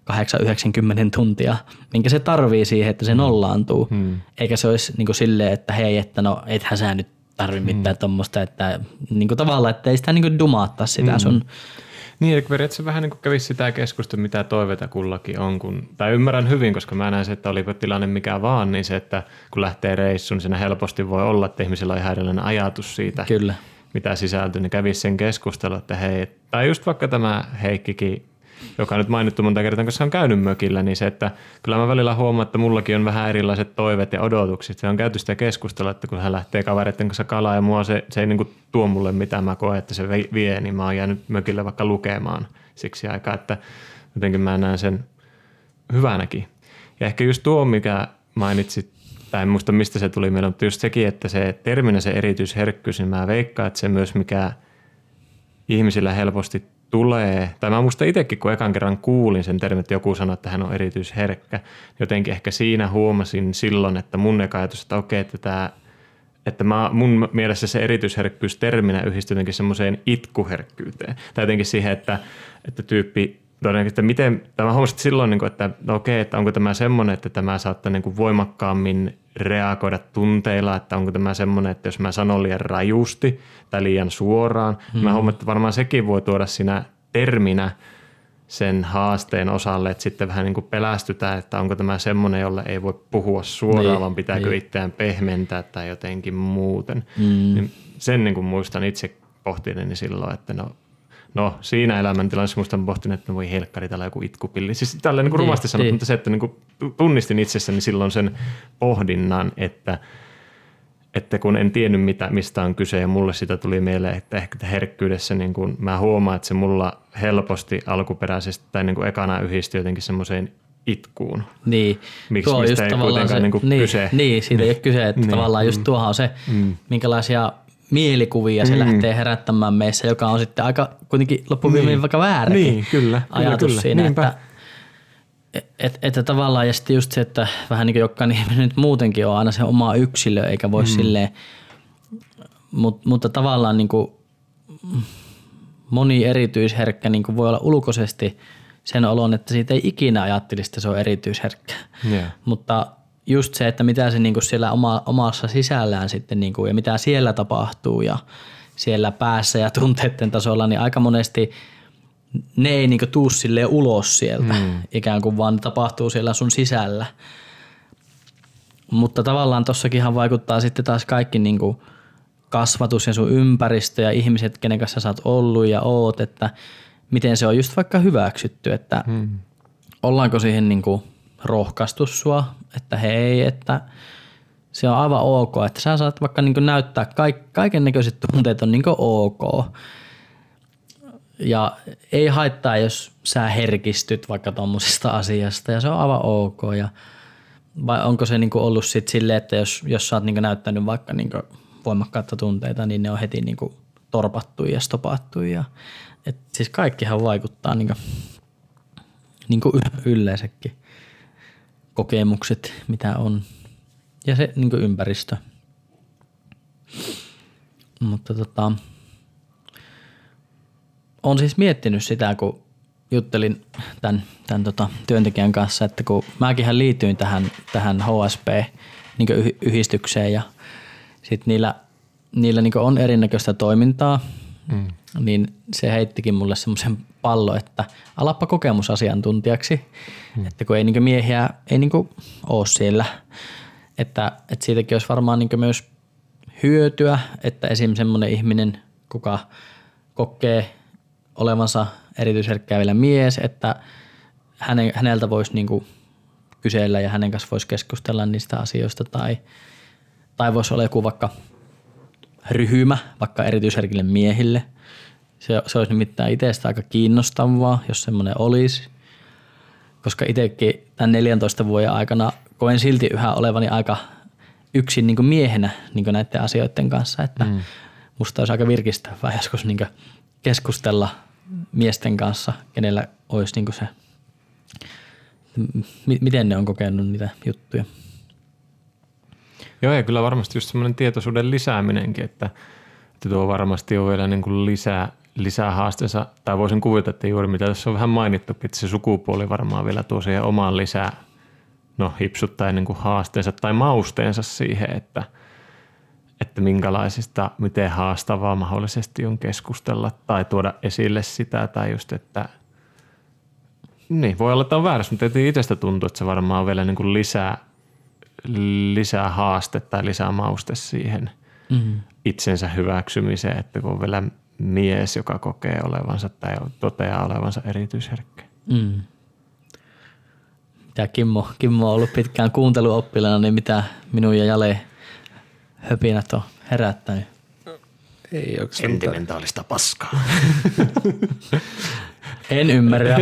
[SPEAKER 2] 8-90 tuntia, minkä se tarvii siihen, että se nollaantuu. Eikä se olisi niin kuin silleen, että hei, että no ethän sä nyt tarvi mitään tuommoista, että niin kuin tavallaan, että ei sitä niin kuin dumaattaa sitä sun.
[SPEAKER 3] Niin, eli periaatteessa vähän niin kuin kävisi sitä keskustelua, mitä toiveita kullakin on. Tai ymmärrän hyvin, koska mä näen se, että olipa tilanne mikä vaan, niin se, että kun lähtee reissuun, niin siinä helposti voi olla, että ihmisillä on ihan erilainen ajatus siitä,
[SPEAKER 2] Kyllä.
[SPEAKER 3] mitä sisältyy, niin kävisi sen keskustelua, että hei, tai just vaikka tämä Heikkikin, joka on nyt mainittu monta kertaa, koska se on käynyt mökillä, niin se, että kyllä mä välillä huomaan, että mullakin on vähän erilaiset toiveet ja odotukset. Se on käyty sitä keskustelua, että kun hän lähtee kavereiden kanssa kalaa ja mua se ei niin kuin tuo mulle mitään, mä koen, että se vie, niin mä oon jäänyt mökille vaikka lukemaan siksi aikaa, että jotenkin mä näen sen hyvänäkin. Ja ehkä just tuo, mikä mainitsit, tai en muista mistä se tuli meille, mutta just sekin, että se terminä se erityisherkkyys, niin mä veikkaan, että se myös mikä ihmisillä helposti tulee, tai mä muistan itsekin, kun ekan kerran kuulin sen termin, että joku sanoi, että hän on erityisherkkä, jotenkin ehkä siinä huomasin silloin, että mun eka ajatus, että okei, että mun mielessä se erityisherkkyys terminä yhdistyy jotenkin semmoiseen itkuherkkyyteen, tai jotenkin siihen, että tyyppi todennäköisesti, että miten, tämä huomasin silloin, että no okei, että onko tämä semmoinen, että tämä saattaa voimakkaammin reagoida tunteilla, että onko tämä semmoinen, että jos mä sanon liian rajusti tai liian suoraan, mä huomaan, että varmaan sekin voi tuoda siinä terminä sen haasteen osalle, että sitten vähän niin kuin pelästytään, että onko tämä semmoinen, jolle ei voi puhua suoraan, vaan pitääkö itseään pehmentää tai jotenkin muuten. Niin sen niin kuin muistan itse pohtineeni silloin, että no siinä elämäntilanteessa musta on pohtinut, että voi helkkari, täällä joku itkupilli. Siis tälleen niin rumasti sanottu, mutta se, että niin kuin tunnistin itsessäni silloin sen pohdinnan, että kun en tiennyt mistä on kyse ja mulle sitä tuli mieleen, että ehkä herkkyydessä niin kuin mä huomaan, että se mulla helposti alkuperäisesti tai niin kuin ekana yhdistyi jotenkin semmoiseen itkuun.
[SPEAKER 2] Niin,
[SPEAKER 3] tuo on just ei tavallaan se, niin kyse.
[SPEAKER 2] Niin, siitä ei ole kyse, että tavallaan just tuohan on se, minkälaisia mielikuvia se lähtee herättämään meissä, joka on sitten aika kuitenkin loppuviimein vaikka vääräkin
[SPEAKER 3] niin, kyllä,
[SPEAKER 2] ajatus
[SPEAKER 3] kyllä.
[SPEAKER 2] siinä,
[SPEAKER 3] Niinpä.
[SPEAKER 2] että tavallaan ja sitten just se, että vähän niin kuin jokainen ihminen nyt muutenkin on aina se oma yksilö, eikä voi silleen, mutta tavallaan niin kuin moni erityisherkkä niin kuin voi olla ulkoisesti sen olon, että siitä ei ikinä ajattelisi, että se on erityisherkkä, mutta just se, että mitä se niinku siellä omassa sisällään sitten niinku, ja mitä siellä tapahtuu ja siellä päässä ja tunteiden tasolla, niin aika monesti ne ei niinku tuu silleen ulos sieltä, ikään kuin vaan tapahtuu siellä sun sisällä. Mutta tavallaan tossakinhan vaikuttaa sitten taas kaikki niinku kasvatus ja sun ympäristö ja ihmiset, kenen kanssa sä oot ollut ja oot, että miten se on just vaikka hyväksytty, että ollaanko siihen niinku rohkaistu sua, että hei, että se on aivan ok, että sä saat vaikka niinku näyttää kaiken näköiset tunteet on niinku ok. Ja ei haittaa, jos sä herkistyt vaikka tommosesta asiasta ja se on aivan ok. Ja vai onko se niinku ollut sit silleen, että jos sä oot niinku näyttänyt vaikka niinku voimakkaita tunteita, niin ne on heti niinku torpattu ja stopattu. Ja, et siis kaikkihan vaikuttaa niinku yleensäkin. Kokemukset, mitä on, ja se niin kuin ympäristö. Mutta olen siis miettinyt sitä, kun juttelin tämän työntekijän kanssa, että kun mäkinhän liityin tähän HSP-yhdistykseen ja sitten niillä niin on erinäköistä toimintaa, niin se heittikin mulle semmoisen pallo, että alappa kokemusasiantuntijaksi, että kun ei niin miehiä ei niin ole siellä, että siitäkin olisi varmaan niin myös hyötyä, että esimerkiksi semmoinen ihminen, kuka kokee olevansa erityisherkkää vielä mies, että häneltä voisi niin kysellä ja hänen kanssa voisi keskustella niistä asioista tai voisi olla joku vaikka ryhmä vaikka erityisherkille miehille. Se olisi nimittäin itsestä aika kiinnostavaa, jos semmoinen olisi, koska itsekin tämän 14 vuoden aikana koen silti yhä olevani aika yksin niin kuin miehenä niin kuin näiden asioiden kanssa, että musta olisi aika virkistävää joskus niin kuin keskustella miesten kanssa, kenellä olisi niin kuin se, miten ne on kokenut niitä juttuja.
[SPEAKER 3] Joo, ja kyllä varmasti just semmoinen tietoisuuden lisääminenkin, että tuo varmasti on vielä niin kuin lisähaasteensa, tai voisin kuvitella, että juuri mitä tässä on vähän mainittu, että se sukupuoli varmaan vielä tuo siihen omaan lisää, hipsuttaa niin kuin haasteensa tai mausteensa siihen, että minkälaisista, miten haastavaa mahdollisesti on keskustella tai tuoda esille sitä, tai just, että niin, voi olla, että on väärässä, mutta itsestä tuntuu, että se varmaan on vielä niin kuin lisää haaste tai lisää mauste siihen itsensä hyväksymiseen, että kun on vielä mies, joka kokee olevansa tai toteaa olevansa erityisherkkä.
[SPEAKER 2] Mitä Kimmo on ollut pitkään kuunteluoppilana, niin mitä minun ja Jale höpinät on herättänyt?
[SPEAKER 1] Ei oikeastaan
[SPEAKER 3] sentimentaalista paskaa.
[SPEAKER 2] En ymmärrä.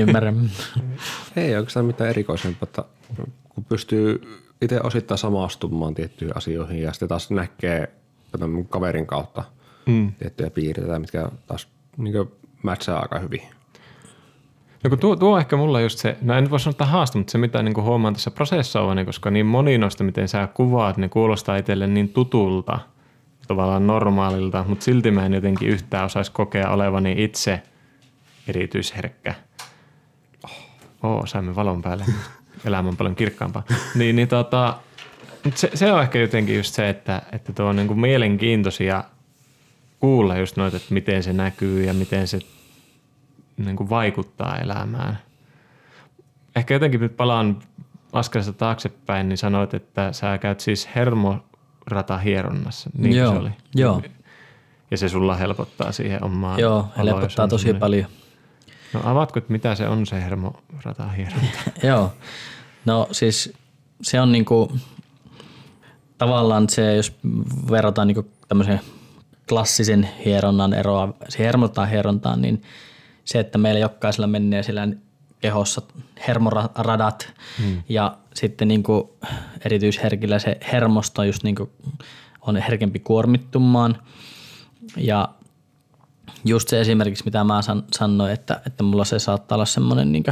[SPEAKER 1] Ei oikeastaan mitään erikoisempaa, että kun pystyy itse osittain samastumaan tiettyihin asioihin ja sitten taas näkee mun kaverin kautta tiettyjä piirteitä, mitkä taas niin matchaa aika hyvin.
[SPEAKER 3] No kun tuo on ehkä mulla just se, en voi sanoa, että haaste, mutta se mitä niin kuin huomaan tässä prosessoivani, koska niin moni noista, miten sä kuvaat, ne kuulostaa itselle niin tutulta, tavallaan normaalilta, mutta silti mä en jotenkin yhtään osaisi kokea olevani itse erityisherkkä. Saimme valon päälle. Elämä on paljon kirkkaampaa. Mutta se on ehkä jotenkin just se, että tuo on niin kuin mielenkiintoisia kuulla just noita, että miten se näkyy ja miten se niin kuin vaikuttaa elämään. Ehkä jotenkin nyt palaan askelista taaksepäin, niin sanoit, että sä käyt siis hermoratahieronnassa. Niin
[SPEAKER 2] joo,
[SPEAKER 3] se oli.
[SPEAKER 2] Joo.
[SPEAKER 3] Ja se sulla helpottaa siihen omaan
[SPEAKER 2] Joo, helpottaa tosi paljon.
[SPEAKER 3] No avaatko, että mitä se on se hermoratahieronta?
[SPEAKER 2] Joo, no siis se on niinku tavallaan se, jos verrataan niinku tämmöisen klassisen hieronnan eroa hermotahierontaan, niin se, että meillä jokaisella menee siellä kehossa hermoradat ja sitten niinku erityisherkillä se hermosto just niinku on herkempi kuormittumaan ja just se esimerkiksi, mitä mä sanoin, että mulla se saattaa olla semmoinen niinku,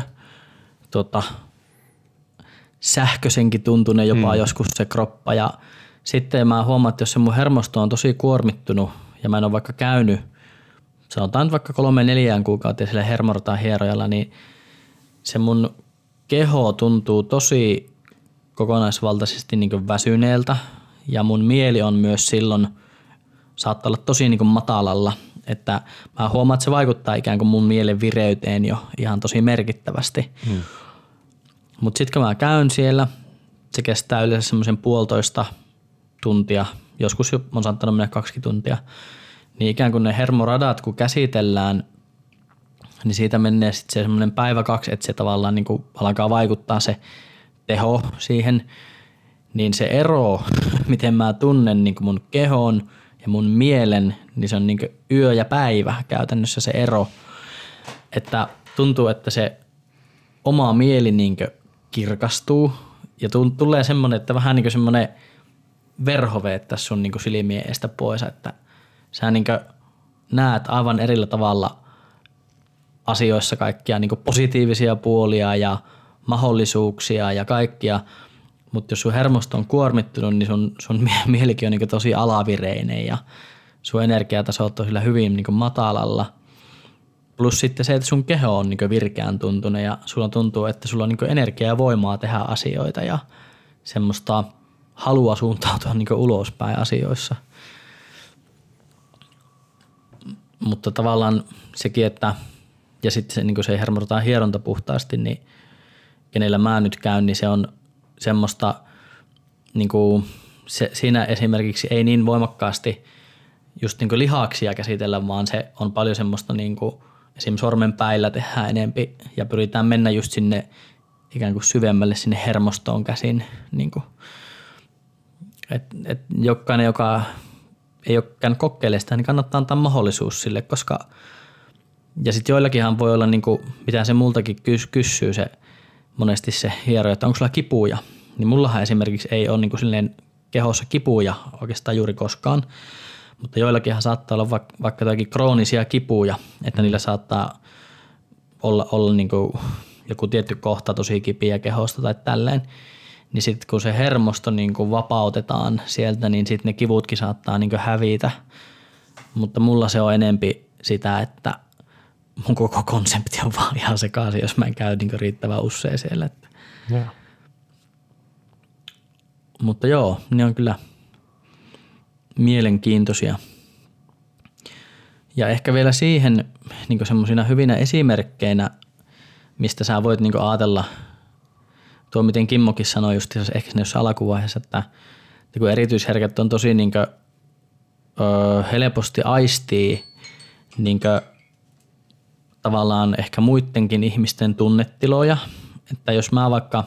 [SPEAKER 2] sähköisenkin tuntunen jopa joskus se kroppa ja sitten mä huomaan, että jos se mun hermosto on tosi kuormittunut ja mä en ole vaikka käynyt, sanotaan vaikka 3-4 kuukautta sille hermoratahierojalla, niin se mun keho tuntuu tosi kokonaisvaltaisesti niin kuin väsyneeltä ja mun mieli on myös silloin, saattaa olla tosi niin kuin matalalla, että mä huomaan, että se vaikuttaa ikään kuin mun mielen vireyteen jo ihan tosi merkittävästi. Mutta sitten kun mä käyn siellä, se kestää yleensä semmoisen 1,5 tuntia, joskus on saattanut mennä 2 tuntia, niin ikään kuin ne hermoradat kun käsitellään, niin siitä menee sitten se semmoinen 1-2, että se tavallaan niin kuin alkaa vaikuttaa se teho siihen, niin se ero, miten mä tunnen niin kuin mun kehon ja mun mielen, niin se on niin kuin yö ja päivä käytännössä se ero, että tuntuu, että se oma mieli niin kuin kirkastuu ja tulee semmoinen, että vähän niin kuin semmoinen verho veettäisi sun niin kuin silmien eestä pois, että sä niin kuin näet aivan erillä tavalla asioissa kaikkia niin kuin positiivisia puolia ja mahdollisuuksia ja kaikkia, mutta jos sun hermosto on kuormittunut, niin sun mielikin on niin kuin tosi alavireinen ja sun energiataso on tosi hyvin niin kuin matalalla. Plus sitten se, että sun keho on niin kuin virkeän tuntunut ja sulla tuntuu, että sulla on niin kuin energiaa ja voimaa tehdä asioita ja semmoista halua suuntautua niin kuin ulospäin asioissa. Mutta tavallaan sekin, että ja sitten se, niin se hermorataan hieronta puhtaasti, niin kenellä mä nyt käyn, niin se on semmoista, niin kuin siinä esimerkiksi ei niin voimakkaasti just niin kuin lihaksia käsitellä, vaan se on paljon semmoista, niin kuin esimerkiksi sormenpäillä tehdään enempi ja pyritään mennä just sinne ikään kuin syvemmälle sinne hermostoon käsin. Niin kuin, et jokainen, joka ei ole käynyt kokeilemaan sitä, niin kannattaa antaa mahdollisuus sille, koska ja sitten joillakinhan voi olla, niin kuin, mitä se multakin kysyy se monesti se hieroja, että onko sulla kipuja. Niin mullahan esimerkiksi ei ole niin kuin silleen kehossa kipuja oikeastaan juuri koskaan, mutta joillakinhan saattaa olla vaikka jotakin kroonisia kipuja, että niillä saattaa olla niin kuin joku tietty kohta tosi kipiä kehosta tai tälleen. Niin sitten kun se hermosto niin kuin vapautetaan sieltä, niin sitten ne kivutkin saattaa niin kuin hävitä. Mutta mulla se on enempi sitä, että mun koko konsepti on vaan ihan sekaisin, jos mä en käy niin riittävän usein siellä.
[SPEAKER 3] Ja.
[SPEAKER 2] Mutta joo, ne on kyllä mielenkiintoisia. Ja ehkä vielä siihen niin semmoisina hyvinä esimerkkeinä, mistä sä voit niin ajatella, tuo miten Kimmokin sanoi just ehkä jossain alkuvaiheessa, että kun erityisherkät on tosi niin kuin, helposti aistii niin kuin, tavallaan ehkä muidenkin ihmisten tunnetiloja, että jos mä vaikka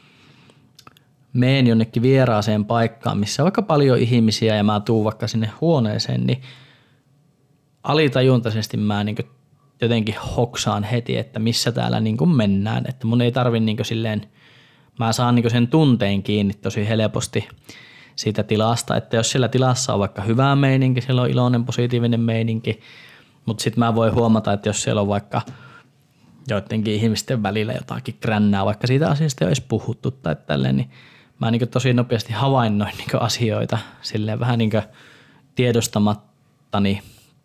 [SPEAKER 2] meen jonnekin vieraaseen paikkaan, missä on vaikka paljon ihmisiä ja mä tuun vaikka sinne huoneeseen, niin alitajuntaisesti mä niin kuin jotenkin hoksaan heti, että missä täällä niin kuin mennään, että mun ei tarvi niin kuin silleen, mä saan niin kuin sen tunteen kiinni tosi helposti siitä tilasta, että jos siellä tilassa on vaikka hyvä meininki, siellä on iloinen, positiivinen meininki, mutta sitten mä voin huomata, että jos siellä on vaikka joidenkin ihmisten välillä jotakin krännää, vaikka siitä asiasta ei ole edes puhuttu tai tälleen, niin mä niin tosi nopeasti havainnoin niin asioita silleen vähän niin tiedostamattani.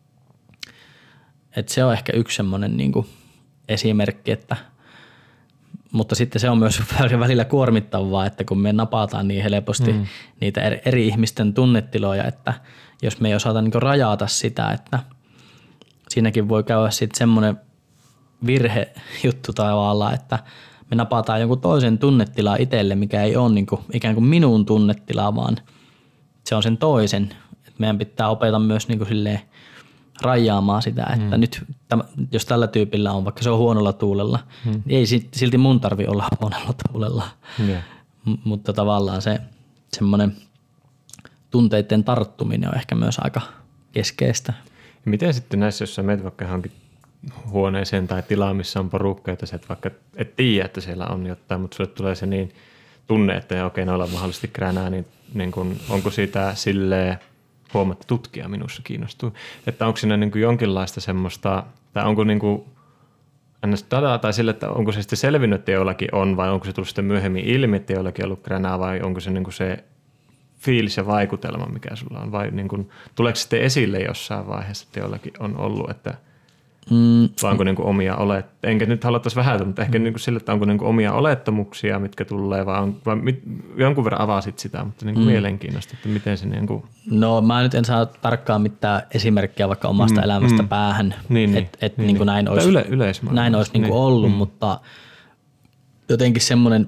[SPEAKER 2] Että se on ehkä yksi semmoinen niin esimerkki, mutta sitten se on myös välillä kuormittavaa, että kun me napataan niin helposti niitä eri ihmisten tunnetiloja, että jos me ei osata niin rajata sitä, että siinäkin voi käydä sitten semmoinen virhejuttu tavallaan, että me napataan jonkun toisen tunnetilaa itselle, mikä ei ole niin kuin, ikään kuin minun tunnetilaa, vaan se on sen toisen. Et meidän pitää opeta myös niin kuin silleen rajaamaan sitä, että nyt jos tällä tyypillä on, vaikka se on huonolla tuulella, niin ei silti mun tarvi olla huonolla tuulella. Mutta tavallaan se semmoinen tunteiden tarttuminen on ehkä myös aika keskeistä.
[SPEAKER 3] Ja miten sitten näissä, jos sä menet vaikka johonkin huoneeseen tai tilaan, missä on porukka, että sä et tiedä, että siellä on jotain, mutta sulle tulee se niin tunne, että okei, noilla on mahdollisesti kränää, niin kun, onko siitä silleen huomattu tutkija minussa kiinnostuu, että onko siinä niin kuin jonkinlaista semmoista, tai onko niin kuin dataa tai sille, että onko se sitten selvinnyt, että jollakin on, vai onko se tullut sitten myöhemmin ilmi, että jollakin on ollut kränää, vai onko se niin kuin se fiilis ja vaikutelma, mikä sulla on, vai niin kuin, tuleeko sitten esille jossain vaiheessa, että jollakin on ollut, että vai onko niin kuin omia enkä nyt haluttaisi vähätä, mutta ehkä niin kuin sille, että onko niin kuin omia olettamuksia, mitkä tulee, vai jonkun verran avasit sitä, mutta niin kuin mielenkiintoista, että miten se niin kuin.
[SPEAKER 2] No mä nyt en saa tarkkaan mitään esimerkkiä vaikka omasta elämästä päähän, että niin kuin näin olisi, näin olisi niin kuin ollut, mutta jotenkin semmoinen,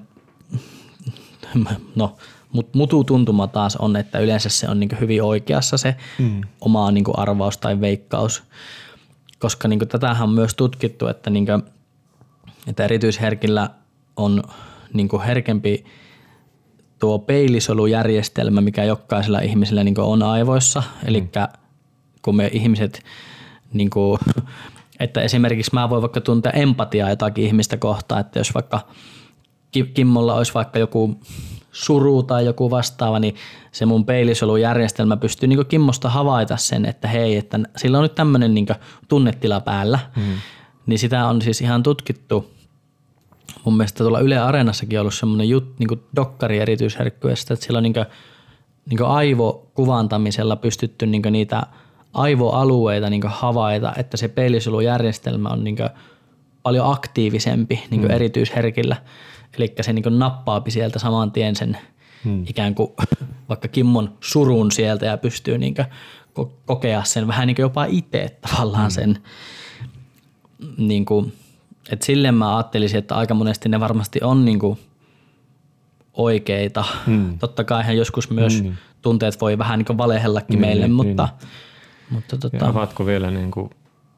[SPEAKER 2] no mututuntuma taas on, että yleensä se on niin kuin hyvin oikeassa se oma niin kuin arvaus tai veikkaus. Koska niin kuin tätähän on myös tutkittu, että, niin kuin, että erityisherkillä on niin kuin herkempi tuo peilisolujärjestelmä, mikä jokaisella ihmisellä niin kuin on aivoissa. Eli kun me ihmiset, niin kuin, että esimerkiksi mä voin vaikka tuntea empatiaa jotakin ihmistä kohtaan, että jos vaikka Kimmolla olisi vaikka joku suru tai joku vastaava, niin se mun peilisolujärjestelmä pystyy niin Kimmosta havaita sen, että hei, että sillä on nyt tämmöinen niin tunnetila päällä. Niin sitä on siis ihan tutkittu. Mun mielestä tuolla Yle Areenassakin on ollut semmoinen niin dokkari erityisherkkyydestä, että sillä on niin aivokuvantamisella pystytty niin niitä aivoalueita niin havaita, että se peilisolujärjestelmä on niin paljon aktiivisempi niin erityisherkillä. Eli se niin nappaapi sieltä saman tien sen ikään kuin vaikka Kimmon surun sieltä ja pystyy niin kokea sen vähän niin jopa itse tavallaan sen. Niin kuin, että silleen mä ajattelisin, että aika monesti ne varmasti on niin kuin oikeita. Totta kai ihan joskus myös tunteet voi vähän niin valehellakin meille, mutta
[SPEAKER 3] ja avaatko vielä niin kuin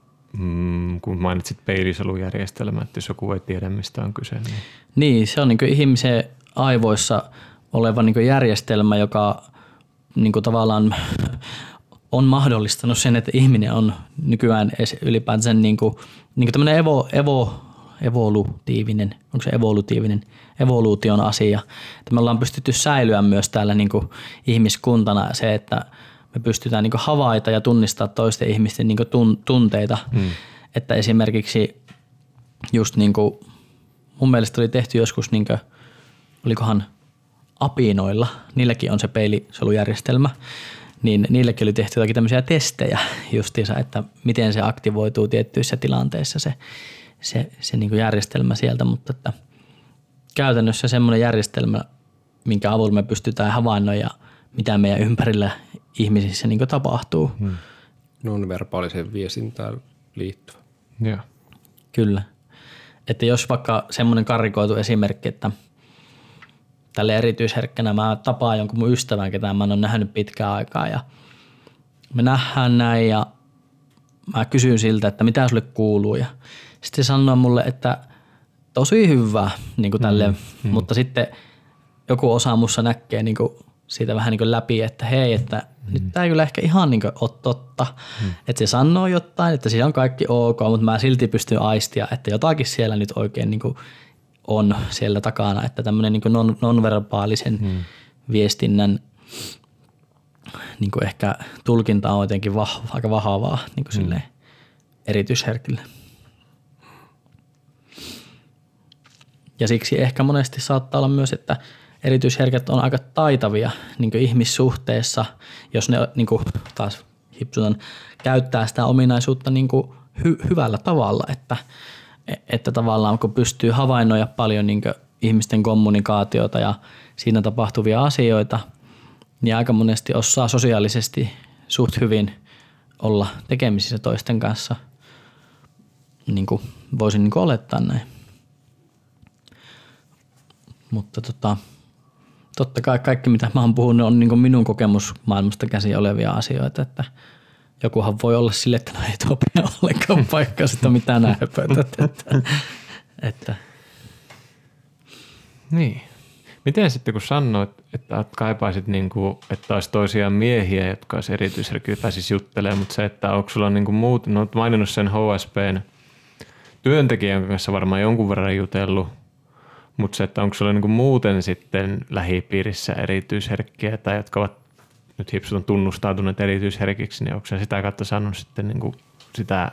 [SPEAKER 3] kun mainitsit peilisolujärjestelmää, että jos joku ei tiedä, mistä on kyse.
[SPEAKER 2] Niin se on niin kuin ihmisen aivoissa oleva niin kuin järjestelmä, joka niin kuin tavallaan on mahdollistanut sen, että ihminen on nykyään ylipäänsä niin kuin tämmöinen evolutiivinen, onko se evoluution asia. Että me ollaan pystytty säilyä myös täällä niin kuin ihmiskuntana se, että me pystytään niin kuin havaita ja tunnistaa toisten ihmisten niin kuin tunteita. Että esimerkiksi just niin kuin mun mielestä oli tehty joskus, niin kuin, olikohan apinoilla, niilläkin on se peilisolujärjestelmä, niin niillekin oli tehty jotakin tämmöisiä testejä justiinsa, että miten se aktivoituu tiettyissä tilanteissa se niin kuin järjestelmä sieltä, mutta että käytännössä semmoinen järjestelmä, minkä avulla me pystytään havainnoida, mitä meidän ympärillä ihmisissä niin kuin tapahtuu.
[SPEAKER 1] Non-verbaaliseen viestintään liittyvä.
[SPEAKER 3] Joo.
[SPEAKER 2] Kyllä. Että jos vaikka semmoinen karrikoitu esimerkki, että tälle erityisherkkänä mä tapaan jonkun mun ystävän, ketä mä en ole nähnyt pitkään aikaa ja me nähdään näin ja mä kysyn siltä, että mitä sulle kuuluu ja sitten se sanoo mulle, että tosi hyvä niin kuin tälleen, mutta sitten joku osa mussa näkee niin kuin siitä vähän niin kuin läpi, että hei, että nyt tää ei kyllä ehkä ihan niin kuin ole totta, että se sanoo jotain, että siellä on kaikki ok, mutta mä silti pystyn aistia, että jotakin siellä nyt oikein niin kuin on siellä takana, että tämmöinen niin kuin non-verbaalisen viestinnän niin kuin ehkä tulkinta on jotenkin aika vahvaa niin kuin silleen erityisherkille. Ja siksi ehkä monesti saattaa olla myös, että erityisherkät on aika taitavia niin kuin ihmissuhteessa, jos ne niin kuin, taas hipsutan, käyttää sitä ominaisuutta niin kuin hyvällä tavalla, että tavallaan kun pystyy havainnoida paljon niin kuin ihmisten kommunikaatiota ja siinä tapahtuvia asioita, niin aika monesti osaa sosiaalisesti suht hyvin olla tekemisissä toisten kanssa, niin kuin voisin niin kuin olettaa näin. Mutta totta kai kaikki, mitä mä oon puhunut, on niin kuin minun kokemusmaailmasta käsin olevia asioita, että jokuhan voi olla sille, että no ei tuo pidä ollenkaan paikkaa sitä, mitä nää höpötät. Että.
[SPEAKER 3] Niin. Miten sitten kun sanoit, että kaipaisit, niin kuin, että olisi toisiaan miehiä, jotka olisi erityisherkkiä, pääsisi juttelemaan, mutta se, että onko sulla niin kuin muut, no olet maininnut sen HSP:n työntekijän kanssa varmaan jonkun verran jutellut, mutta se, että onko sulla niin kuin muuten sitten lähipiirissä erityisherkkiä tai jotka ovat nyt hipsut tunnustautuneet erityisherkiksi, niin onko se sitä kautta saanut sitten niin kuin sitä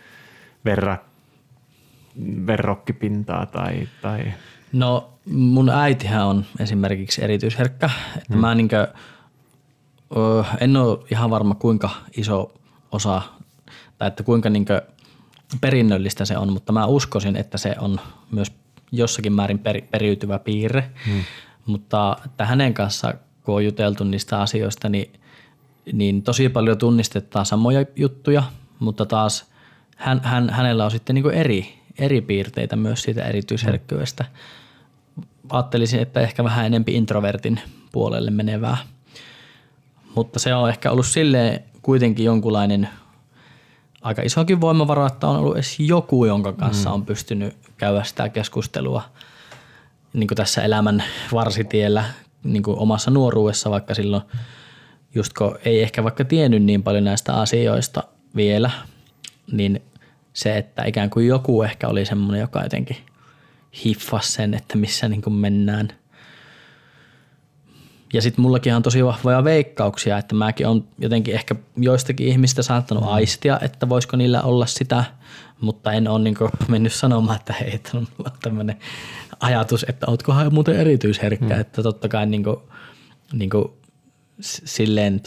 [SPEAKER 3] verrokkipintaa tai?
[SPEAKER 2] No mun äitihän on esimerkiksi erityisherkkä, että mä niinkö, en ole ihan varma kuinka iso osa tai että kuinka niinkö perinnöllistä se on, mutta mä uskoisin, että se on myös jossakin määrin periytyvä piirre, mutta että hänen kanssa kun on juteltu niistä asioista, niin tosi paljon tunnistetaan samoja juttuja, mutta taas hänellä on sitten niin kuin eri piirteitä myös siitä erityisherkkyydestä. Ajattelisin, että ehkä vähän enempi introvertin puolelle menevää, mutta se on ehkä ollut silleen kuitenkin jonkunlainen aika isokin voimavara, että on ollut edes joku, jonka kanssa on pystynyt käydä sitä keskustelua niin kuin tässä elämän varsitiellä niin kuin omassa nuoruudessa, vaikka silloin just kun ei ehkä vaikka tiennyt niin paljon näistä asioista vielä, niin se, että ikään kuin joku ehkä oli semmoinen, joka jotenkin hiffasi sen, että missä niin kuin mennään. Ja sitten mullakin on tosi vahvoja veikkauksia, että mäkin on jotenkin ehkä joistakin ihmistä saattanut aistia, että voisiko niillä olla sitä, mutta en ole niin kuin mennyt sanomaan, että hei, että on tämmöinen ajatus, että ootkohan muuten erityisherkkä, että totta kai niin kuin silleen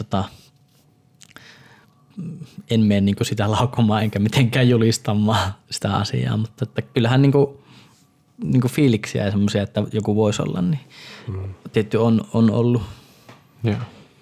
[SPEAKER 2] en mene niin kuin sitä laukomaan enkä mitenkään julistamaan sitä asiaa, mutta että kyllähän niin kuin fiiliksiä ja semmoisia, että joku voisi olla, niin tietty on ollut.
[SPEAKER 3] Joo.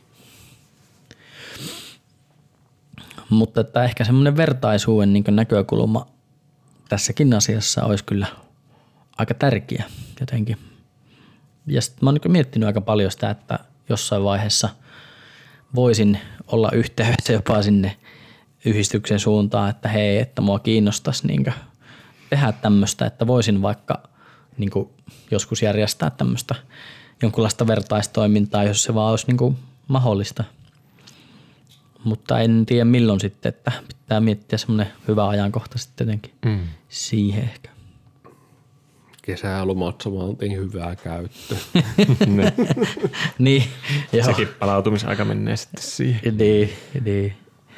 [SPEAKER 2] Mutta että ehkä semmoinen vertaisuuden niin kuin näkökulma tässäkin asiassa olisi kyllä aika tärkeä jotenkin. Ja sitten mä oon niin kuin miettinyt aika paljon sitä, että jossain vaiheessa voisin olla yhteydessä jopa sinne yhdistyksen suuntaan, että hei, että mua kiinnostaisi niin kuin tehdä tämmöistä, että voisin vaikka niin kuin joskus järjestää tämmöistä jonkunlaista vertaistoimintaa, jos se vaan olisi niin kuin mahdollista. Mutta en tiedä milloin sitten, että pitää miettiä semmoinen hyvä ajankohta sitten jotenkin siihen ehkä.
[SPEAKER 1] Kesälomat samantain hyvää käyttöä.
[SPEAKER 2] Niin, joo.
[SPEAKER 3] Sekin palautumisaika menee sitten siihen.
[SPEAKER 2] Niin.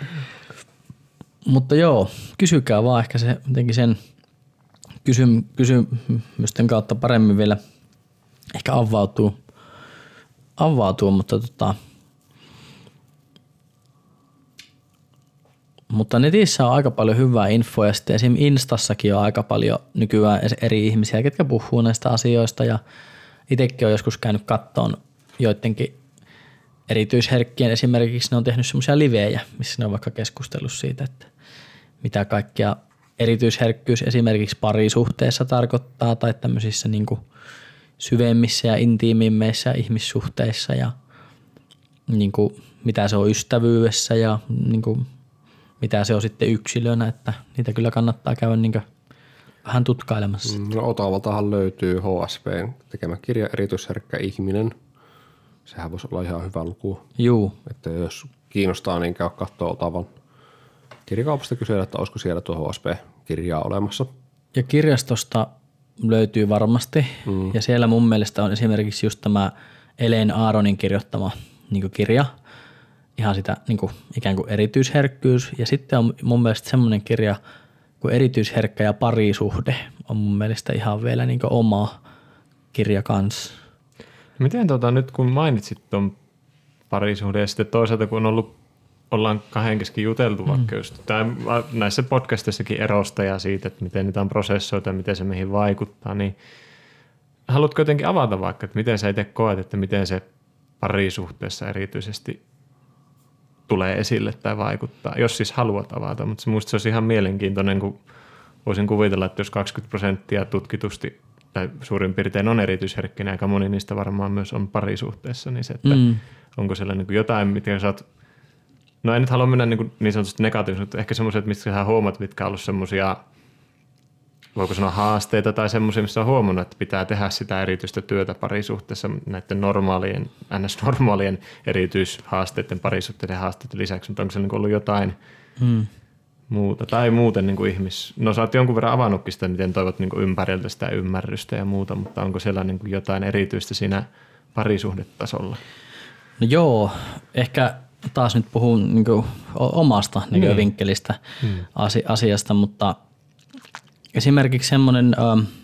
[SPEAKER 2] Mutta joo, kysykää vaan ehkä se jotenkin sen kysymysten kautta paremmin vielä ehkä avautuu mutta Mutta netissä on aika paljon hyvää infoa ja sitten esimerkiksi Instassakin on aika paljon nykyään eri ihmisiä, ketkä puhuu näistä asioista ja itsekin olen joskus käynyt kattoon joidenkin erityisherkkien esimerkiksi ne on tehnyt semmoisia livejä, missä ne on vaikka keskustellut siitä, että mitä kaikkea erityisherkkyys esimerkiksi parisuhteessa tarkoittaa tai tämmöisissä niin kuin syvemmissä ja intiimimmeissä ihmissuhteissa ja niin kuin mitä se on ystävyydessä ja niin kuin mitä se on sitten yksilönä, että niitä kyllä kannattaa käydä niin kuin vähän tutkailemassa.
[SPEAKER 1] No Otavaltahan löytyy HSP:n tekemä kirja Erityisherkkä ihminen. Sehän voisi olla ihan hyvä luku.
[SPEAKER 2] Juu.
[SPEAKER 1] Että jos kiinnostaa, niin käy katsoa Otavan kirjakaupasta kysellä, että olisiko siellä tuo HSP-kirjaa olemassa.
[SPEAKER 2] Ja kirjastosta löytyy varmasti. Ja siellä mun mielestä on esimerkiksi just tämä Elaine Aronin kirjoittama niin kirja. Ihan sitä niin kuin, ikään kuin erityisherkkyys. Ja sitten on mun mielestä semmoinen kirja kuin Erityisherkkä ja parisuhde on mun mielestä ihan vielä niin kuin oma kirja kanssa.
[SPEAKER 3] Miten nyt kun mainitsit tuon parisuhde ja sitten toisaalta kun ollaan kahden kesken juteltu vaikka just, näissä podcasteissakin erosta ja siitä, että miten niitä on prosessoita ja miten se meihin vaikuttaa, niin haluatko jotenkin avata vaikka, että miten sä itse koet, että miten se parisuhteessa erityisesti tulee esille tai vaikuttaa, jos siis haluat avata, mutta musta se olisi ihan mielenkiintoinen, kun voisin kuvitella, että jos 20% tutkitusti tai suurin piirtein on erityisherkkinä, aika moni niistä varmaan myös on parisuhteessa, niin se, että onko siellä niin kuin jotain, mitkä sä oot, no en nyt halua mennä niin sanotusti negatiivisesti, mutta ehkä semmoiset, mistä sä huomaat, mitkä on ollut semmoisia, voiko sanoa haasteita tai semmoisia, missä on huomannut, että pitää tehdä sitä erityistä työtä parisuhteessa näiden NS-normaalien erityishaasteiden, parisuhteiden haasteiden lisäksi, mutta onko siellä niin ollut jotain muuta tai muuten niin kuin no sä oot jonkun verran avannutkin sitä, miten toivot niin kuin ympäriltä sitä ymmärrystä ja muuta, mutta onko siellä niin kuin jotain erityistä siinä parisuhdetasolla? No
[SPEAKER 2] joo, ehkä taas nyt puhun niin kuin omasta vinkkelistä asiasta, mutta esimerkiksi semmoinen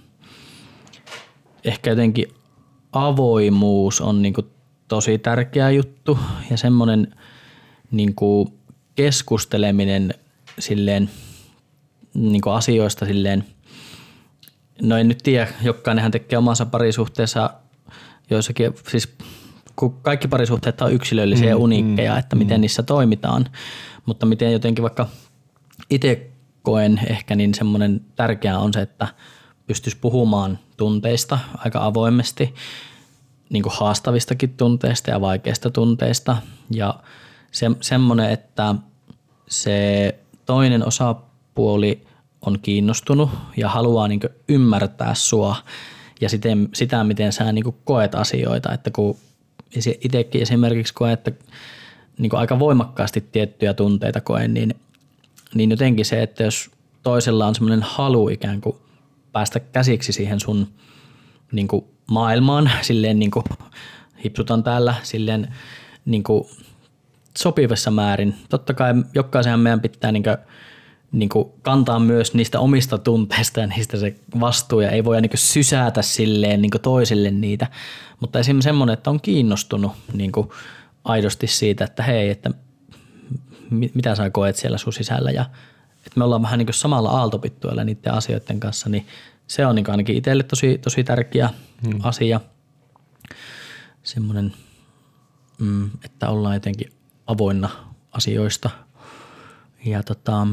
[SPEAKER 2] ehkä jotenkin avoimuus on niin kuin tosi tärkeä juttu ja semmoinen niin kuin keskusteleminen silleen niin kuin asioista silleen, no en nyt tiedä, jokainenhan tekee omassa parisuhteessa joissakin, siis kun kaikki parisuhteet on yksilöllisiä ja uniikkeja, että miten niissä toimitaan, mutta miten jotenkin vaikka itse koen ehkä niin semmoinen tärkeää on se, että pystyisi puhumaan tunteista aika avoimesti, niin kuin haastavistakin tunteista ja vaikeista tunteista ja semmoinen, että se toinen osapuoli on kiinnostunut ja haluaa niin kuin ymmärtää sua ja sitä, miten sä niin kuin koet asioita. Että kun itsekin esimerkiksi koen, että niin kuin aika voimakkaasti tiettyjä tunteita koen, niin jotenkin se, että jos toisella on semmoinen halu ikään kuin päästä käsiksi siihen sun niin kuin maailmaan, silleen niin kuin hipsutan täällä, silleen niin kuin sopivassa määrin. Totta kai jokaisenhan meidän pitää niin kuin kantaa myös niistä omista tunteista ja niistä se vastuu ja ei voi niin kuin sysätä silleen niin kuin toiselle niitä. Mutta esimerkiksi semmoinen, että on kiinnostunut niin kuin aidosti siitä, että hei, että mitä sä koet siellä sun sisällä ja että me ollaan vähän niin kuin samalla aaltopittuilla niiden asioiden kanssa, niin se on niin kuin ainakin itselle tosi tärkeä asia. Semmoinen, että ollaan jotenkin avoinna asioista. Ja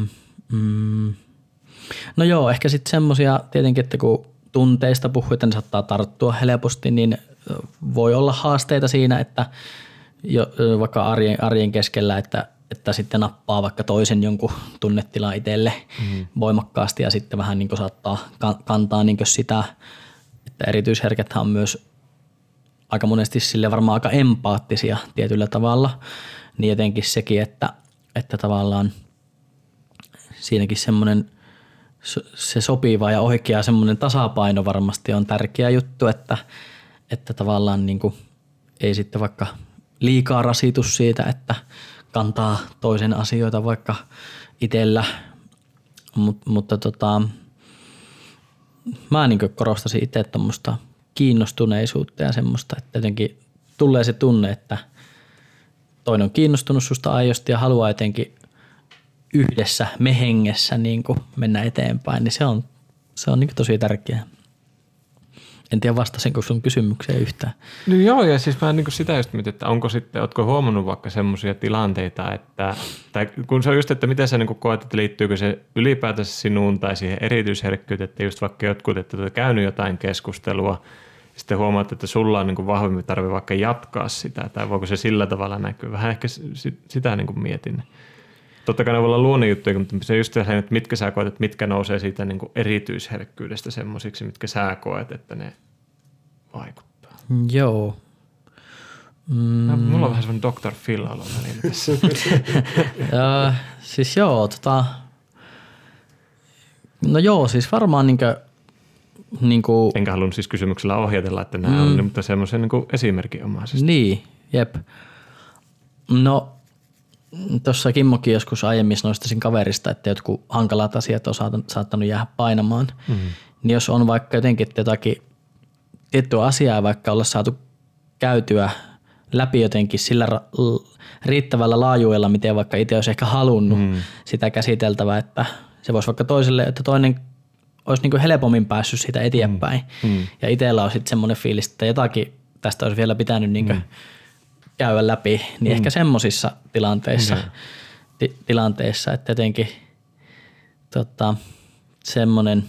[SPEAKER 2] no joo, ehkä sitten semmoisia tietenkin, että kun tunteista puhuu, että ne saattaa tarttua helposti, niin voi olla haasteita siinä, että vaikka arjen keskellä, että sitten nappaa vaikka toisen jonkun tunnetilan itselle voimakkaasti ja sitten vähän niin kuin saattaa kantaa niin kuin sitä, että erityisherkäthän on myös aika monesti sille varmaan aika empaattisia tietyllä tavalla, niin jotenkin sekin, että tavallaan siinäkin semmoinen se sopiva ja oikea semmoinen tasapaino varmasti on tärkeä juttu, että tavallaan niin kuin ei sitten vaikka liikaa rasitu siitä, että kantaa toisen asioita vaikka itsellä, mutta mä niin kuin korostaisin itse tuommoista kiinnostuneisuutta ja semmoista, että jotenkin tulee se tunne, että toinen on kiinnostunut susta aidosti ja haluaa jotenkin yhdessä me hengessä niin kuin mennä eteenpäin, niin se on niin kuin tosi tärkeää. En tiedä vastasinko sun kysymykseen yhtään.
[SPEAKER 3] No joo, ja siis mä niin kuin sitä just mietin, että ootko huomannut vaikka semmoisia tilanteita, että, tai kun se on just, että miten sä niin kuin koet, että liittyykö se ylipäätänsä sinuun tai siihen erityisherkkyyteen, että just vaikka jotkut, että olet käynyt jotain keskustelua, ja sitten huomaat, että sulla on niin kuin vahvemmin tarve vaikka jatkaa sitä, tai voiko se sillä tavalla näkyä. Vähän ehkä sitä niin kuin mietin. Totta kai ne voi olla luonnonjuttuja, mutta se just sellainen, että mitkä sä koet, että mitkä nousee siitä niin kuin erityisherkkyydestä semmoisiksi, mitkä sä koet, että ne vaikuttaa.
[SPEAKER 2] Joo.
[SPEAKER 3] Mulla on vähän semmoinen Dr. Phil-olo välillä tässä.
[SPEAKER 2] Siis joo, no joo, siis varmaan niinku
[SPEAKER 3] enkä halunnut siis kysymyksellä ohjatella, että nämä on, mutta semmoisen niin esimerkinomaisesti.
[SPEAKER 2] Niin, jep. No, tuossa Kimmokin joskus aiemmin nostasin kaverista, että jotkut hankalat asiat on saattanut jäädä painamaan. Niin jos on vaikka jotenkin jotakin tiettyä asiaa vaikka olla saatu käytyä läpi jotenkin sillä riittävällä laajuudella, miten vaikka itse olisi ehkä halunnut sitä käsiteltävää, että se voisi vaikka toiselle, että toinen olisi niin kuin helpommin päässyt siitä eteenpäin. Ja itsellä on sitten semmoinen fiilis, että jotakin tästä olisi vielä pitänyt niin kuin käydä läpi, niin ehkä semmoisissa tilanteissa, että jotenkin semmoinen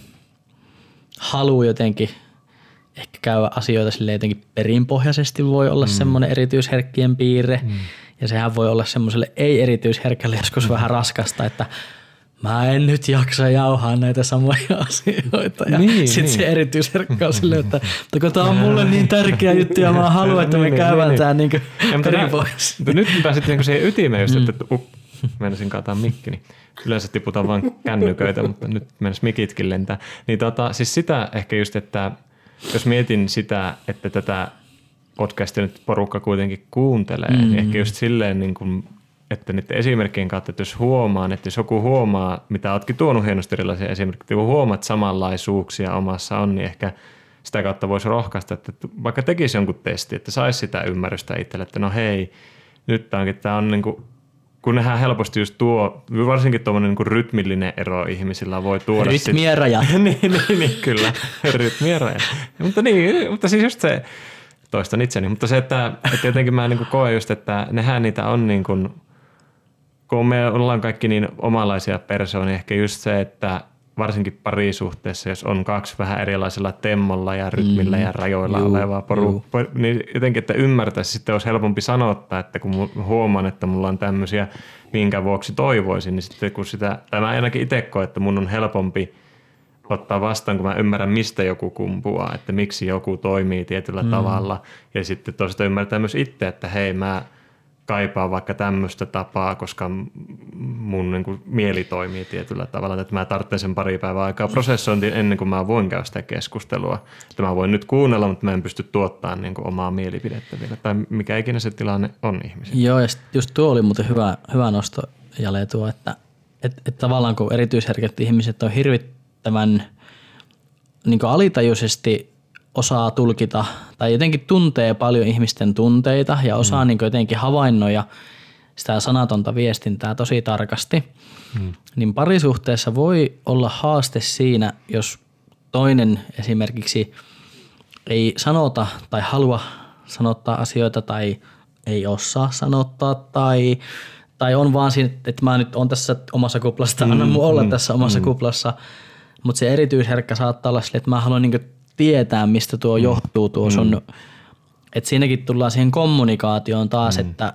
[SPEAKER 2] halu jotenkin ehkä käydä asioita sille jotenkin perinpohjaisesti voi olla semmoinen erityisherkkien piirre. Ja sehän voi olla semmoiselle ei-erityisherkälle joskus vähän raskasta, että mä en nyt jaksa jauhaa näitä samoja asioita. Ja sitten se erityisherkkä on silleen, että kun tää on mulle niin tärkeä juttu ja mä haluan, että me käydään tää niin perinpohjaisesti.
[SPEAKER 3] Nyt pääsit niin siihen ytimeen just, että meinasin kaataa mikki, niin yleensä tiputaan vaan kännyköitä, mutta nyt mennäs mikitkin lentää. Niin siis sitä ehkä just, että jos mietin sitä, että tätä podcastia nyt porukka kuitenkin kuuntelee, niin ehkä just silleen, niin kuin, että niiden esimerkkien kautta, että jos huomaan, että jos joku huomaa, mitä oletkin tuonut hienosti erilaisia esimerkkejä, kun huomaat samanlaisuuksia omassa on, niin ehkä sitä kautta voisi rohkaista, että vaikka tekisi jonkun testi, että saisi sitä ymmärrystä itselle, että no hei, nyt tämä on niin kuin, kun nehän helposti just tuo, varsinkin tuommoinen niin rytmillinen ero ihmisillä voi tuoda.
[SPEAKER 2] Rytmien rajat.
[SPEAKER 3] niin, kyllä, rytmien rajat. mutta siis just se, toistan itseni, mutta se, että jotenkin mä niin koen just, että nehän niitä on niin kuin, kun me ollaan kaikki niin omanlaisia persoonia, ehkä just se, että varsinkin parisuhteessa, jos on kaksi vähän erilaisella temmolla ja rytmillä ja rajoilla olevaa porukkaa, niin jotenkin, että ymmärtäisi, sitten olisi helpompi sanottaa, että kun huomaan, että mulla on tämmöisiä, minkä vuoksi toivoisin, niin sitten kun sitä, tai mä ainakin itse koen, että mun on helpompi ottaa vastaan, kun mä ymmärrän, mistä joku kumpuaa, että miksi joku toimii tietyllä tavalla, ja sitten toisaalta ymmärtää myös itse, että hei, mä kaipaa vaikka tämmöistä tapaa, koska mun niin kuin mieli toimii tietyllä tavalla, että mä tarvitsen sen pari päivää aikaa prosessointiin ennen kuin mä voin käydä sitä keskustelua. Että mä voin nyt kuunnella, mutta mä en pysty tuottamaan niin kuin omaa mielipidettä vielä, tai mikä ikinä se tilanne on ihmisillä.
[SPEAKER 2] Joo, ja just tuo oli muuten hyvä nosto, Jale, tuo, että tavallaan kun erityisherkät ihmiset on hirvittävän niin kuin alitajuisesti osaa tulkita tai jotenkin tuntee paljon ihmisten tunteita ja osaa niin jotenkin havainnoida sitä sanatonta viestintää tosi tarkasti, niin parisuhteessa voi olla haaste siinä, jos toinen esimerkiksi ei sanota tai halua sanottaa asioita tai ei osaa sanottaa tai on vaan siinä, että mä nyt on tässä omassa kuplassa, anna mun olla tässä omassa kuplassa, mutta se erityisherkkä saattaa olla sille, että mä haluan niin tietää, mistä tuo johtuu tuo sun, että siinäkin tullaan siihen kommunikaatioon taas, että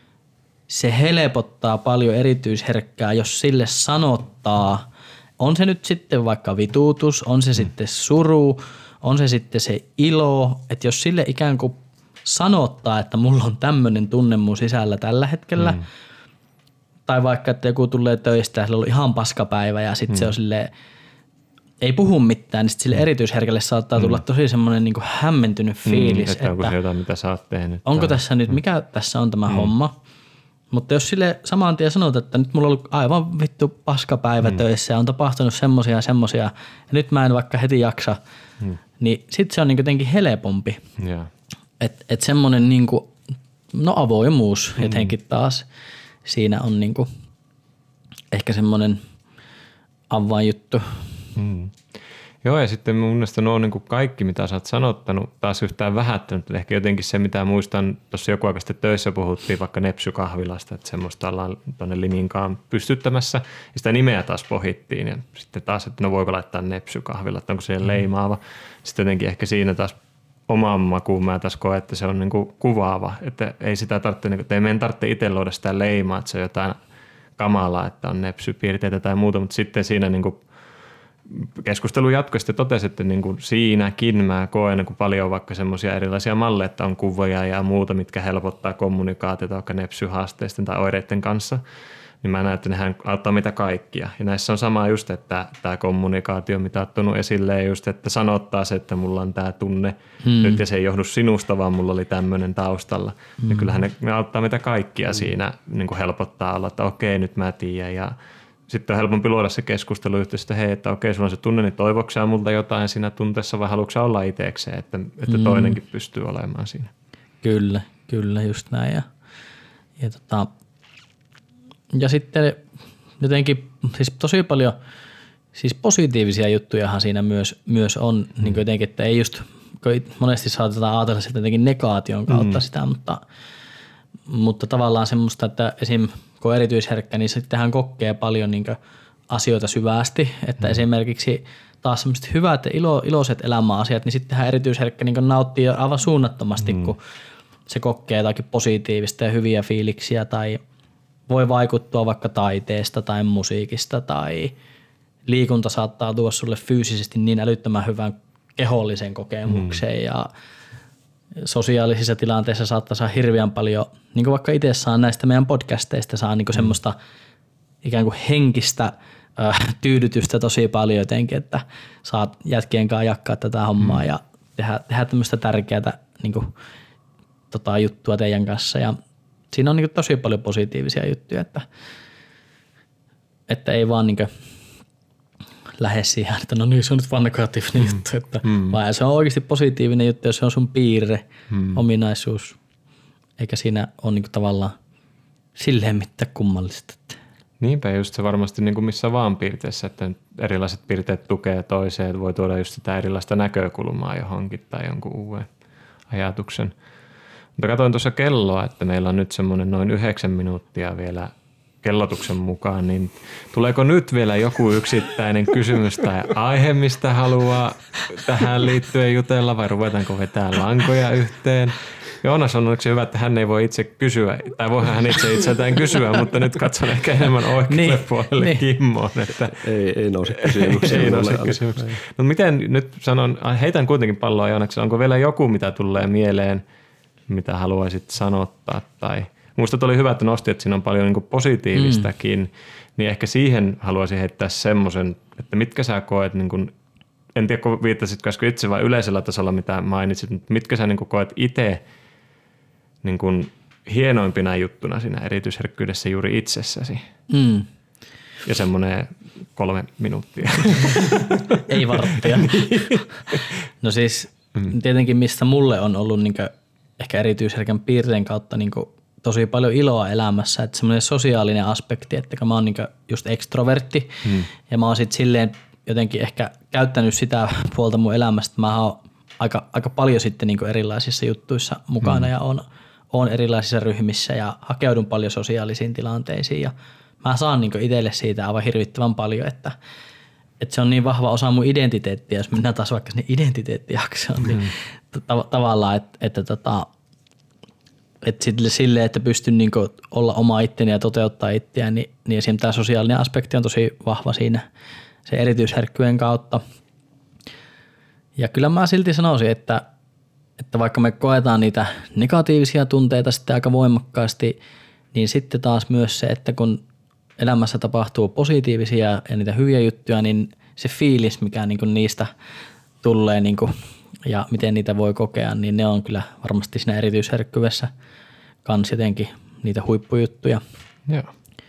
[SPEAKER 2] se helpottaa paljon erityisherkkää, jos sille sanottaa, on se nyt sitten vaikka vituutus, on se sitten suru, on se sitten se ilo, että jos sille ikään kuin sanottaa, että mulla on tämmöinen tunne mun sisällä tällä hetkellä, tai vaikka, että joku tulee töistä ja sillä on ollut ihan paskapäivä ja sitten se on silleen, ei puhu mitään, niin sille erityisherkälle saattaa tulla tosi semmoinen niin kuin hämmentynyt fiilis,
[SPEAKER 3] että onko se jotain, mitä sä oot tehnyt.
[SPEAKER 2] Onko tässä nyt, mikä tässä on tämä homma. Mutta jos sille saman tien sanot, että nyt mulla on ollut aivan vittu paskapäivä töissä ja on tapahtunut semmosia ja nyt mä en vaikka heti jaksa, niin sit se on niin jotenkin helpompi. Että semmoinen niin kuin, no avoimuus jotenkin taas siinä on niin kuin ehkä semmoinen avainjuttu.
[SPEAKER 3] Joo, ja sitten mun mielestä nuo on niin kuin kaikki, mitä sä oot sanottanut, taas yhtään vähättänyt. Ehkä jotenkin se, mitä muistan, tuossa joku aika sitten töissä puhuttiin vaikka Nepsy-kahvilasta, että semmoista ollaan tuonne Liminkaan pystyttämässä. Ja sitä nimeä taas pohittiin, ja sitten taas, että no voiko laittaa Nepsy-kahvila, että onko se leimaava. Sitten jotenkin ehkä siinä taas omaan makuun mä taas koen, että se on niin kuin kuvaava, että ei sitä tarvitse, että ei meidän tarvitse itse luoda sitä leimaa, että se on jotain kamalaa, että on Nepsy-piirteitä tai muuta, mutta sitten siinä niin kuin keskustelun jatkoista totesi, että niin kuin siinäkin mä koen niin kuin paljon vaikka semmoisia erilaisia malleja, että on kuvia ja muuta, mitkä helpottaa kommunikaatiota vaikka Nepsy-haasteisten tai oireiden kanssa, niin mä näen, että nehän auttaa mitä kaikkia. Ja näissä on sama just, että tämä kommunikaatio, mitä olet tuonut esille, just, että sanottaa se, että mulla on tämä tunne nyt ja se ei johdu sinusta, vaan mulla oli tämmöinen taustalla. Ja kyllähän ne auttaa mitä kaikkia siinä, niin kuin helpottaa olla, että okei, nyt mä tiedän ja sitten on helpompi luoda se keskusteluyhteys, että hei, että okei, sulla on se tunne, niin toivoksia multa jotain siinä tunteessa vai haluatko olla itsekseen, että toinenkin pystyy olemaan siinä.
[SPEAKER 2] Kyllä, just näin. Ja sitten jotenkin siis tosi paljon siis positiivisia juttujahan siinä myös on, niin kuin jotenkin, että ei just, monesti saatetaan ajatella sitä jotenkin negaation kautta sitä, mutta tavallaan semmoista, että esim. Kun on erityisherkkä, niin sitten hän kokee paljon niin kuin asioita syvästi, että esimerkiksi taas semmoiset hyvät ja iloiset elämäasiat, niin sitten hän erityisherkkä niin kuin nauttii aivan suunnattomasti, kun se kokee jotakin positiivista ja hyviä fiiliksiä tai voi vaikuttua vaikka taiteesta tai musiikista tai liikunta saattaa tuoda sulle fyysisesti niin älyttömän hyvän kehollisen kokemuksen ja sosiaalisissa tilanteissa saattaa saada hirveän paljon, niin kuin vaikka itse saan näistä meidän podcasteista, saa niin kuin semmoista ikään kuin henkistä tyydytystä tosi paljon jotenkin, että saat jätkien kanssa jakkaa tätä hommaa ja tehdä tämmöistä tärkeää niin kuin, juttua teidän kanssa ja siinä on niin kuin tosi paljon positiivisia juttuja, että ei vaan niin kuin lähde siihen, että no niin, se on nyt vaan negatiivinen juttu, että vaan se on oikeasti positiivinen juttu, jos se on sun piirre, ominaisuus, eikä siinä ole niin kuin tavallaan silleen mitään kummallista.
[SPEAKER 3] Niinpä just se varmasti niin kuin missä vaan piirteessä, että erilaiset piirteet tukee toiseen, että voi tuoda just sitä erilaista näkökulmaa johonkin tai jonkun uuden ajatuksen. Mutta katsoin tuossa kelloa, että meillä on nyt semmoinen noin 9 minuuttia vielä kellotuksen mukaan, niin tuleeko nyt vielä joku yksittäinen kysymys tai aihe, mistä haluaa tähän liittyen jutella vai ruvetaanko vetää lankoja yhteen? Joonas on onneksi hyvä, että hän ei voi itse kysyä, tai voihan hän itseltään kysyä, mutta nyt katson ehkä enemmän oikealle puolelle Kimmoon. Että
[SPEAKER 1] ei nouse kysymyksiä.
[SPEAKER 3] Ei nouse kysymyksiä. No miten nyt sanon, heitän kuitenkin palloa Joonakselle, onko vielä joku, mitä tulee mieleen, mitä haluaisit sanottaa tai musta oli hyvä, että nostit, että siinä on paljon niin kuin positiivistakin, niin ehkä siihen haluaisin heittää semmoisen, että mitkä sä koet, niin kuin, en tiedä kun viittasitko äsken itse vai yleisellä tasolla, mitä mainitsit, mutta mitkä sä niin kuin koet itse niin kuin hienoimpina juttuna siinä erityisherkkyydessä juuri itsessäsi? Ja semmoinen 3 minuuttia.
[SPEAKER 2] Ei varttia. No siis tietenkin mistä mulle on ollut niin kuin ehkä erityisherkän piirteen kautta niin kuin tosi paljon iloa elämässä, että semmoinen sosiaalinen aspekti, että mä oon niin kuin just ekstrovertti ja mä oon sit silleen jotenkin ehkä käyttänyt sitä puolta mun elämästä, että mä oon aika paljon sitten niin kuin erilaisissa juttuissa mukana ja oon erilaisissa ryhmissä ja hakeudun paljon sosiaalisiin tilanteisiin ja mä saan niin kuin itselle siitä aivan hirvittävän paljon, että se on niin vahva osa mun identiteettiä, jos mennään taas vaikka sinne identiteettijaksoon, niin tavallaan, että sille, että pystyn niinku olla oma itteni ja toteuttaa itseään, niin esimerkiksi tämä sosiaalinen aspekti on tosi vahva siinä se erityisherkkyyden kautta. Ja kyllä mä silti sanoisin, että vaikka me koetaan niitä negatiivisia tunteita sitten aika voimakkaasti, niin sitten taas myös se, että kun elämässä tapahtuu positiivisia ja niitä hyviä juttuja, niin se fiilis, mikä niinku niistä tulee niinku, ja miten niitä voi kokea, niin ne on kyllä varmasti siinä erityisherkkyydessä kans jotenkin niitä huippujuttuja.
[SPEAKER 3] Joo.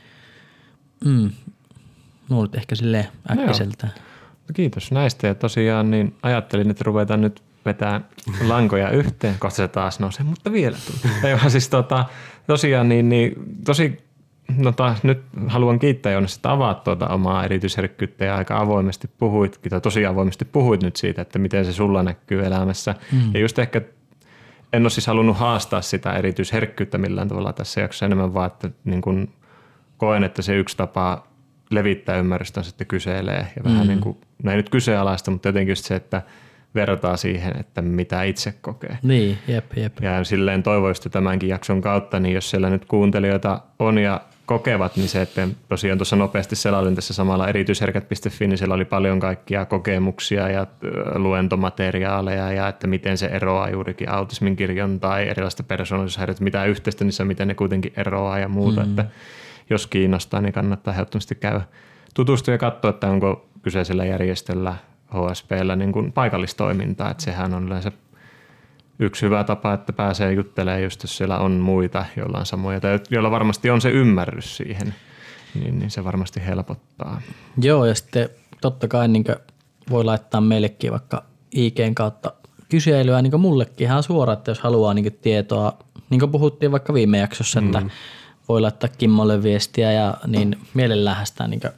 [SPEAKER 2] No nyt ehkä silleen äkkiseltään.
[SPEAKER 3] Kiitos näistä ja tosiaan niin ajattelin, että ruvetaan nyt vetää lankoja yhteen. Kohta se taas nousee, mutta vielä tulee. Ei vaan siis tosiaan niin tosi No taas nyt haluan kiittää Joonas, että avaat tuota omaa erityisherkkyyttä ja aika avoimesti puhuitkin, tai tosi avoimesti puhuit nyt siitä, että miten se sulla näkyy elämässä. Ja just ehkä en ole siis halunnut haastaa sitä erityisherkkyyttä millään tavalla tässä jaksossa enemmän, vaan että niin kuin koen, että se yksi tapa levittää ymmärrystä on sitten kyselee ja vähän niin kuin, no ei nyt kyseenalaista, mutta jotenkin just se, että vertaa siihen, että mitä itse kokee.
[SPEAKER 2] Niin, jep.
[SPEAKER 3] Ja silleen toivoisi tämänkin jakson kautta, niin jos siellä nyt kuuntelijoita on ja kokevat, niin se, että tosiaan tuossa nopeasti selailin tässä samalla erityisherkät.fi, niin siellä oli paljon kaikkia kokemuksia ja luentomateriaaleja ja että miten se eroaa juurikin autismin kirjon tai erilaista persoonallisuushäiriöitä, mitä yhteistä niissä, miten ne kuitenkin eroaa ja muuta, että jos kiinnostaa, niin kannattaa ehdottomasti käydä tutustua ja katsoa, että onko kyseisellä järjestöllä HSP:llä niin kuin paikallistoimintaa, että sehän on yleensä yksi hyvä tapa, että pääsee juttelemaan just, jos siellä on muita, joilla on samoja, tai joilla varmasti on se ymmärrys siihen, niin se varmasti helpottaa.
[SPEAKER 2] Joo, ja sitten totta kai niin voi laittaa meillekin vaikka IG:n kautta kyselyä niin mullekin ihan suoraan, että jos haluaa niin tietoa, niin kuin puhuttiin vaikka viime jaksossa, että voi laittaa Kimmolle viestiä ja niin mielellään sitä niin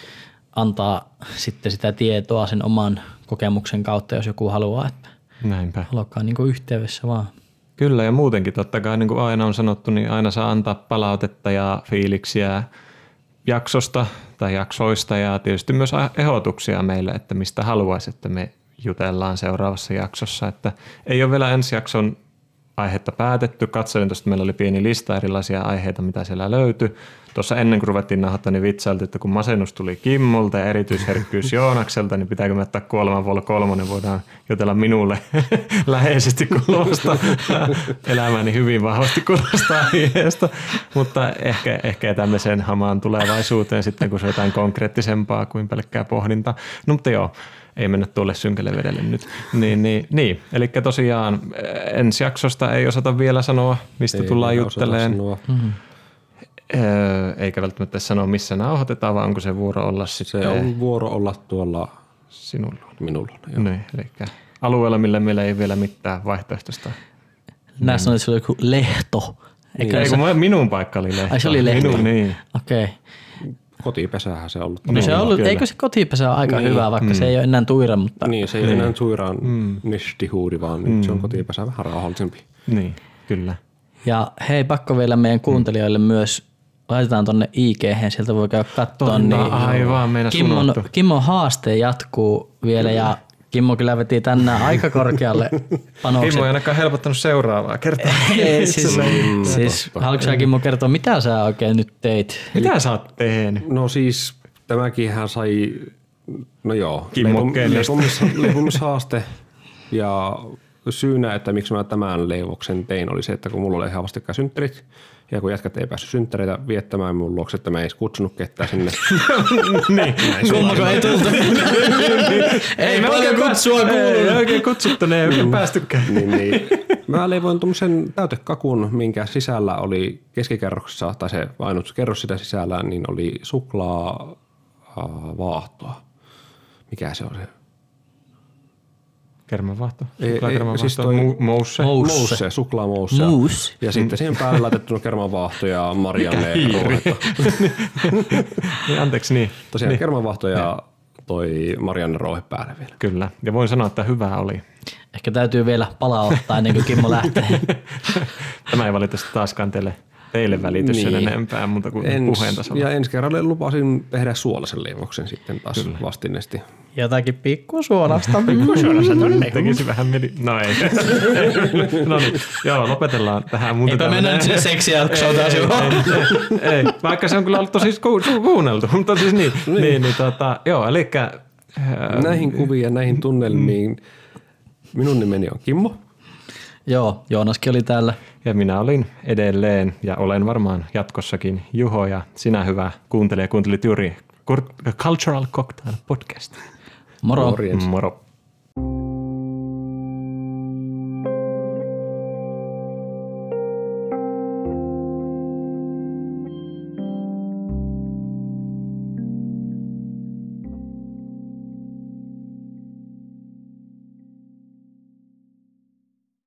[SPEAKER 2] antaa sitten sitä tietoa sen oman kokemuksen kautta, jos joku haluaa, että
[SPEAKER 3] näinpä.
[SPEAKER 2] Olkaa niin yhteydessä vaan.
[SPEAKER 3] Kyllä ja muutenkin totta kai niin kuin aina on sanottu, niin aina saa antaa palautetta ja fiiliksiä jaksosta tai jaksoista ja tietysti myös ehdotuksia meille, että mistä haluaisi, että me jutellaan seuraavassa jaksossa. Että ei ole vielä ensi jakson aihetta päätetty. Katselin tuosta, meillä oli pieni lista erilaisia aiheita, mitä siellä löytyi. Tuossa ennen kuin ruvettiin nauhoittaa, niin vitsailtiin, että kun masennus tuli Kimmolta ja erityisherkkyys Joonakselta, niin pitääkö me ottaa Kuoleman Vol 3, voidaan jutella minulle läheisesti kuuluvasta elämäni hyvin vahvasti kuuluvasta aiheesta. Mutta ehkä jätämme sen hamaan tulevaisuuteen sitten, kun se on jotain konkreettisempaa kuin pelkkää pohdintaa. No mutta joo. Ei mennä tuolle synkälle vedelle nyt. Niin. Eli tosiaan ensi jaksosta ei osata vielä sanoa, mistä tullaan juttelemaan. Eikä välttämättä sanoa, missä nauhoitetaan, vaan onko se vuoro olla sitten.
[SPEAKER 1] Se on vuoro olla tuolla minulla.
[SPEAKER 3] Niin, eli alueella, millä meillä ei vielä mitään vaihtoehtoista.
[SPEAKER 2] Nää sanoit, että se oli joku Lehto.
[SPEAKER 3] Minun paikka oli Lehto.
[SPEAKER 2] Ai se oli Lehto.
[SPEAKER 3] Niin.
[SPEAKER 2] Okei.
[SPEAKER 1] Kotipesähän se on ollut.
[SPEAKER 2] No se on ollut, eikö se kotipesä ole aika hyvä, vaikka se ei ole enää tuira, mutta...
[SPEAKER 1] Niin, se ei ole enää tuiraan nestihuuri, vaan se on kotipesä vähän rauhallisempi.
[SPEAKER 3] Niin, kyllä.
[SPEAKER 2] Ja hei, pakko vielä meidän kuuntelijoille myös, laitetaan tonne IG:hen, sieltä voi käydä katsoa. Niin
[SPEAKER 3] aivan, meinas unohtu.
[SPEAKER 2] Kimmon haaste jatkuu vielä ja Kimmo kyllä veti tänään aika korkealle panokset.
[SPEAKER 3] Kimmo ei ainakaan helpottanut seuraavaa kertaa.
[SPEAKER 2] Siis haluatko sä Kimmo kertoa, mitä sä oikein nyt teit?
[SPEAKER 3] Mitä sä oot tehnyt?
[SPEAKER 1] No siis tämäkin hän sai, no joo, leipomishaaste ja syynä, että miksi mä tämän leivoksen tein oli se, että kun mulla oli ihan vastikään synttärit ja kun jätkät ei päässyt synttäreitä viettämään mun luokse, että mä ei kutsunut ketään sinne.
[SPEAKER 3] Niin.
[SPEAKER 2] Kummako ei tultu? Ei paljon kutsua kuuluu.
[SPEAKER 3] Ei oikein kutsuttu, ne ei oikein päästykään.
[SPEAKER 1] Niin. Mä leivoin tuommoisen täytekakun, minkä sisällä oli keskikerroksessa, tai se ainut kerros sitä sisällä, niin oli suklaavaahtoa. Mikä se on se?
[SPEAKER 3] Kermavaahto?
[SPEAKER 1] Siis toi mousse, suklaamousse. Ja sitten siihen päälle laitettu kermavaahto ja Marianne rouhetta.
[SPEAKER 3] Anteeksi, niin.
[SPEAKER 1] Tosiaan kermavaahto ja toi Marianne rouhe päälle vielä.
[SPEAKER 3] Kyllä, ja voin sanoa, että hyvää oli.
[SPEAKER 2] Ehkä täytyy vielä palauttaa ennen kuin Kimmo lähtee.
[SPEAKER 3] Tämä ei valitettavasti taaskaan teille välity sen enempää, mutta kuin puheen tasolla.
[SPEAKER 1] Ja ensi kerralle lupasin tehdä suolaisen leivoksen sitten taas vastineesti.
[SPEAKER 2] Jotakin pikkusuolasta.
[SPEAKER 3] Tekisi vähän no ei. No niin, joo, lopetellaan tähän.
[SPEAKER 2] Eipä mennä nyt sinne seksijaksoon taas.
[SPEAKER 3] Ei, vaikka se on kyllä ollut tosi kuunneltu, mutta siis niin, joo, eli
[SPEAKER 1] näihin kuviin ja näihin tunnelmiin minun nimeni on Kimmo.
[SPEAKER 2] Joo, Joonaskin oli täällä.
[SPEAKER 3] Ja minä olin edelleen ja olen varmaan jatkossakin Juho ja sinä hyvä kuuntelija kuuntelit juuri Cultural Cocktail Podcast.
[SPEAKER 2] Moro.
[SPEAKER 3] Moro.